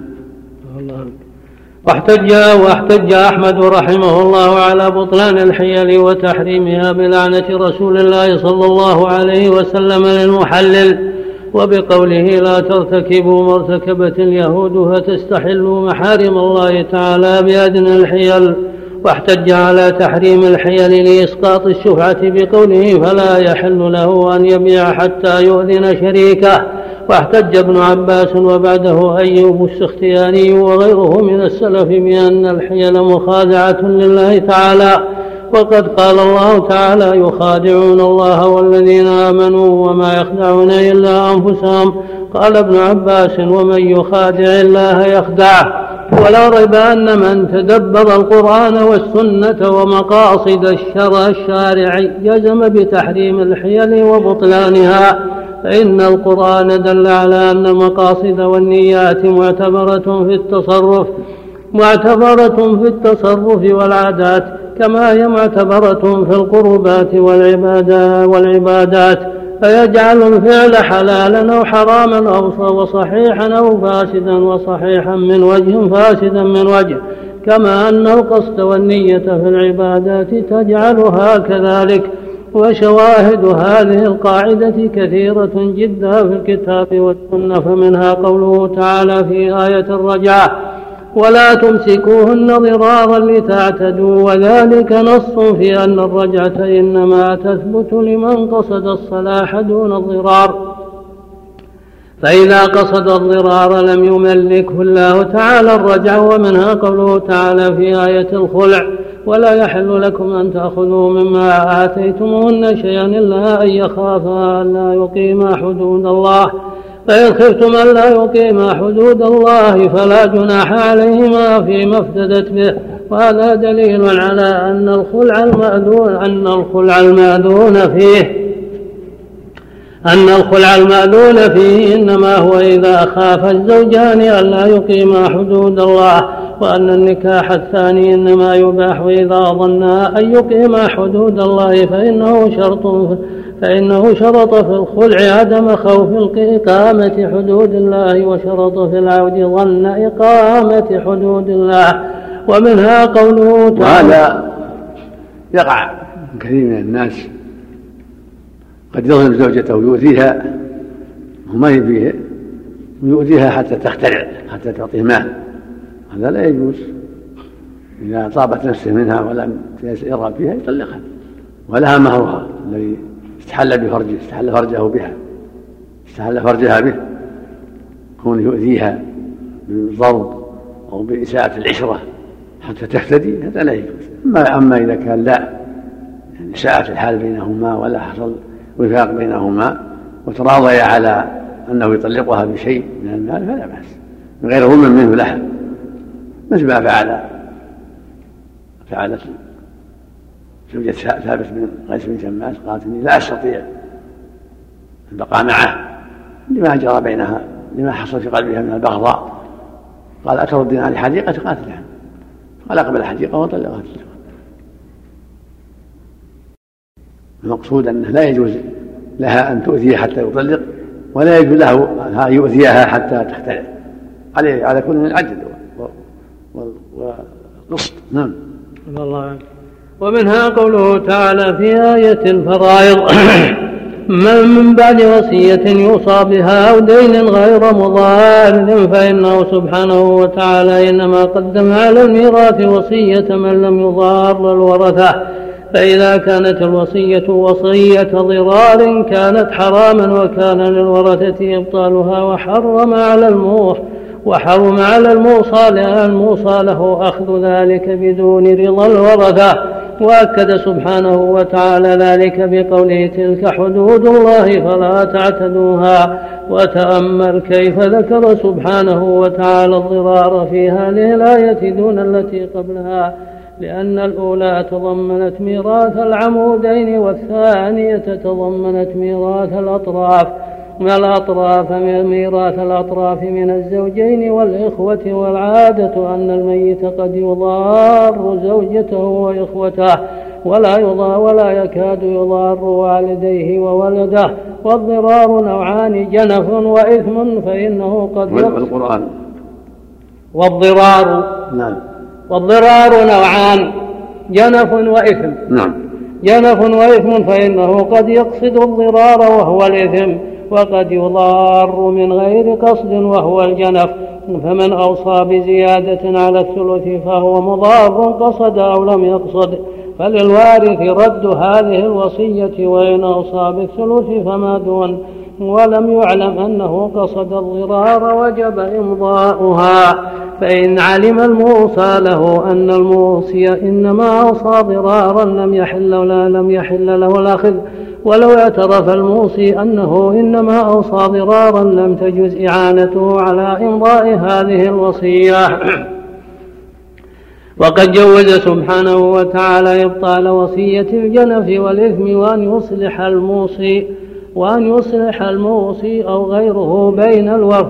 واحتج واحتج أحمد رحمه الله على بطلان الحيل وتحريمها بلعنة رسول الله صلى الله عليه وسلم للمحلل، وبقوله لا ترتكبوا ما ارتكبت اليهود فتستحلوا محارم الله تعالى بأدنى الحيل. واحتج على تحريم الحيل لإسقاط الشفعة بقوله فلا يحل له أن يبيع حتى يؤذن شريكه. واحتج ابن عباس وبعده أيوب السختياني وغيره من السلف بأن الحيل مخادعة لله تعالى، وقد قال الله تعالى يخادعون الله والذين آمنوا وما يخدعون إلا أنفسهم. قال ابن عباس ومن يخادع الله يخدعه. ولا ريب أن من تدبر القرآن والسنة ومقاصد الشرع الشارع جزم بتحريم الحيل وبطلانها، فإن القرآن دل على أن المقاصد والنيات معتبرة في التصرف معتبرة في التصرف والعادات كما هي معتبرة في القربات والعبادات، فيجعل الفعل حلالا أو حراما أو وصحيحا أو فاسدا وصحيحا من وجه فاسدا من وجه، كما أن القصد والنية في العبادات تجعلها كذلك. وشواهد هذه القاعدة كثيرة جدا في الكتاب والسنة، فمنها قوله تعالى في آية الرجعة ولا تمسكوهن ضرارا لتعتدوا، وذلك نص في أن الرجعة إنما تثبت لمن قصد الصلاح دون الضرار، فإذا قصد الضرار لم يملكه الله تعالى الرجع. ومنها قوله تعالى في آية الخلع ولا يحل لكم أن تأخذوا مما آتيتموهن شيئا إلا أن يخافا ألا يقيما حدود الله، فإن خفتم ألا يقيما حدود الله فلا جناح عليهما فيما افتدت به. وهذا دليل على أن الخلع المأذون أن الخلع المأذون فيه أن الخلع المأذون فيه إنما هو إذا خاف الزوجان ألا يقيما حدود الله، وأن النكاح الثاني إنما يباح إذا ظنا أن يقيما حدود الله، فإنه شرط فإنه شرط في الخلع عدم خوف إقامة حدود الله، وشرط في العود ظن إقامة حدود الله. ومنها قوله تعالى وهذا يقع كثير من الناس قد يظلم زوجته ويؤذيها وما يبيه ويؤذيها حتى تخترع حتى تعطيه مال، هذا لا يجوز. إذا طابت نفسه منها ولم يرغب فيها يطلقها، ولها مهرها الذي استحل بفرجه استحل فرجه بها استحل فرجها به، كون يؤذيها بالضرب أو بإساءة العشرة حتى تهتدي هذا لا يجوز. أما إذا كان لا يعني ساءت الحال بينهما ولا حصل وفاق بينهما وتراضيا على أنه يطلقها بشيء من المال فلا بأس من غير ظلم منه لها، مثل ما فعل فعلت زوجة ثابت بن قيس بن شماس قالت إني لا أستطيع البقاء معه لما جرى بينها لما حصل في قلبها من البغضاء، قال أتردين على حديقة قالت نعم، قال أقبل الحديقة وطلقها. المقصود أنه لا يجوز لها أن تؤذيه حتى يطلق، ولا يجوز له أن يؤذيها حتى تختلع، عليه على كل من العدل والقسط. نعم. الله. ومنها قوله تعالى في آية الفرائض من بعد وصية يوصى بها أو دين غير مضار فإنه سبحانه وتعالى إنما قدم على الميراث وصية من لم يضار الورثة، فإذا كانت الوصية وصية ضرار كانت حراما وكان للورثة إبطالها وحرم على الموصى وحرم على الموصى الموصى له أخذ ذلك بدون رضا الورثة. وأكد سبحانه وتعالى ذلك بقوله تلك حدود الله فلا تعتدوها. وتأمل كيف ذكر سبحانه وتعالى الضرار في هذه الآية دون التي قبلها، لأن الأولى تضمنت ميراث العمودين والثانية تضمنت ميراث الأطراف من الأطراف من ميراث الأطراف من الزوجين والإخوة. والعادة أن الميت قد يضار زوجته وإخوته ولا يضار ولا يكاد يضار والديه وولده. والضرار نوعان جنف وإثم فإنه قد والقرآن والضرار نعم والضرار نوعان جنف وإثم نعم جنف وإثم فإنه قد يقصد الضرار وهو الإثم، وقد يضار من غير قصد وهو الجنف. فمن أوصى بزيادة على الثلث فهو مضار قصد أو لم يقصد، فللوارث رد هذه الوصية وإن أوصى بالثلث فما دون ولم يعلم أنه قصد الضرار وجب إمضاؤها. فإن علم الموصى له أن الموصي إنما أوصى ضرارا لم يحل ولا لم يحل له الأخذ، ولو اعترف الموصي أنه إنما أوصى ضرارا لم تجز إعانته على إمضاء هذه الوصية. وقد جوز سبحانه وتعالى إبطال وصية الجنف والإثم وأن يصلح الموصي وأن يصلح الموصي أو غيره بين الورث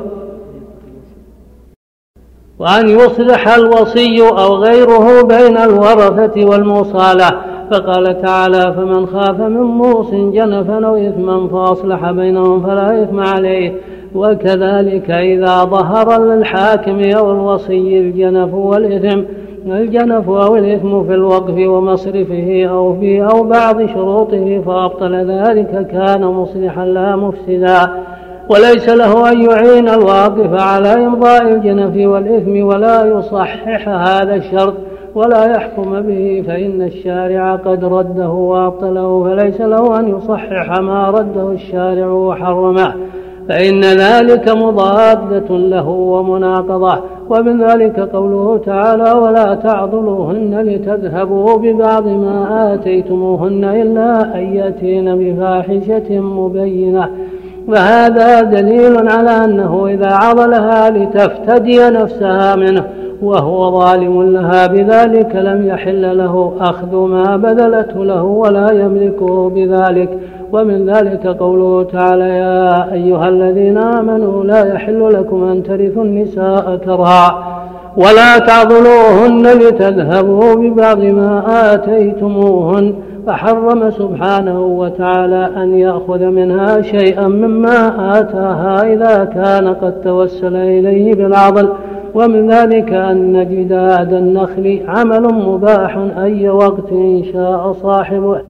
وأن يصلح الوصي أو غيره بين الورثة والموصى له. فقال تعالى فمن خاف من موص جنفا أو إثما فأصلح بينهم فلا إثم عليه. وكذلك إذا ظهر للحاكم أو الوصي الجنف والإثم الجنف أو الإثم في الوقف ومصرفه أو في أو بعض شروطه فأبطل ذلك كان مصلحا لا مفسدا، وليس له أن يعين الواقف على إمضاء الجنف والإثم ولا يصحح هذا الشرط ولا يحكم به، فإن الشارع قد رده وأبطله، فليس له أن يصحح ما رده الشارع وحرمه، فإن ذلك مضادة له ومناقضة. ومن ذلك قوله تعالى ولا تعضلوهن لتذهبوا ببعض ما آتيتموهن إلا أن يأتين بفاحشة مبينة. وهذا دليل على أنه إذا عضلها لتفتدي نفسها منه وهو ظالم لها بذلك لم يحل له أخذ ما بذلته له ولا يملكه بذلك. ومن ذلك قوله تعالى يا أيها الذين آمنوا لا يحل لكم أن ترثوا النساء كرها ولا تعضلوهن لتذهبوا ببعض ما آتيتموهن. فحرم سبحانه وتعالى أن يأخذ منها شيئا مما آتاها إذا كان قد توسل إليه بالعضل. ومن ذلك أن جداد النخل عمل مباح أي وقت شاء صاحبه.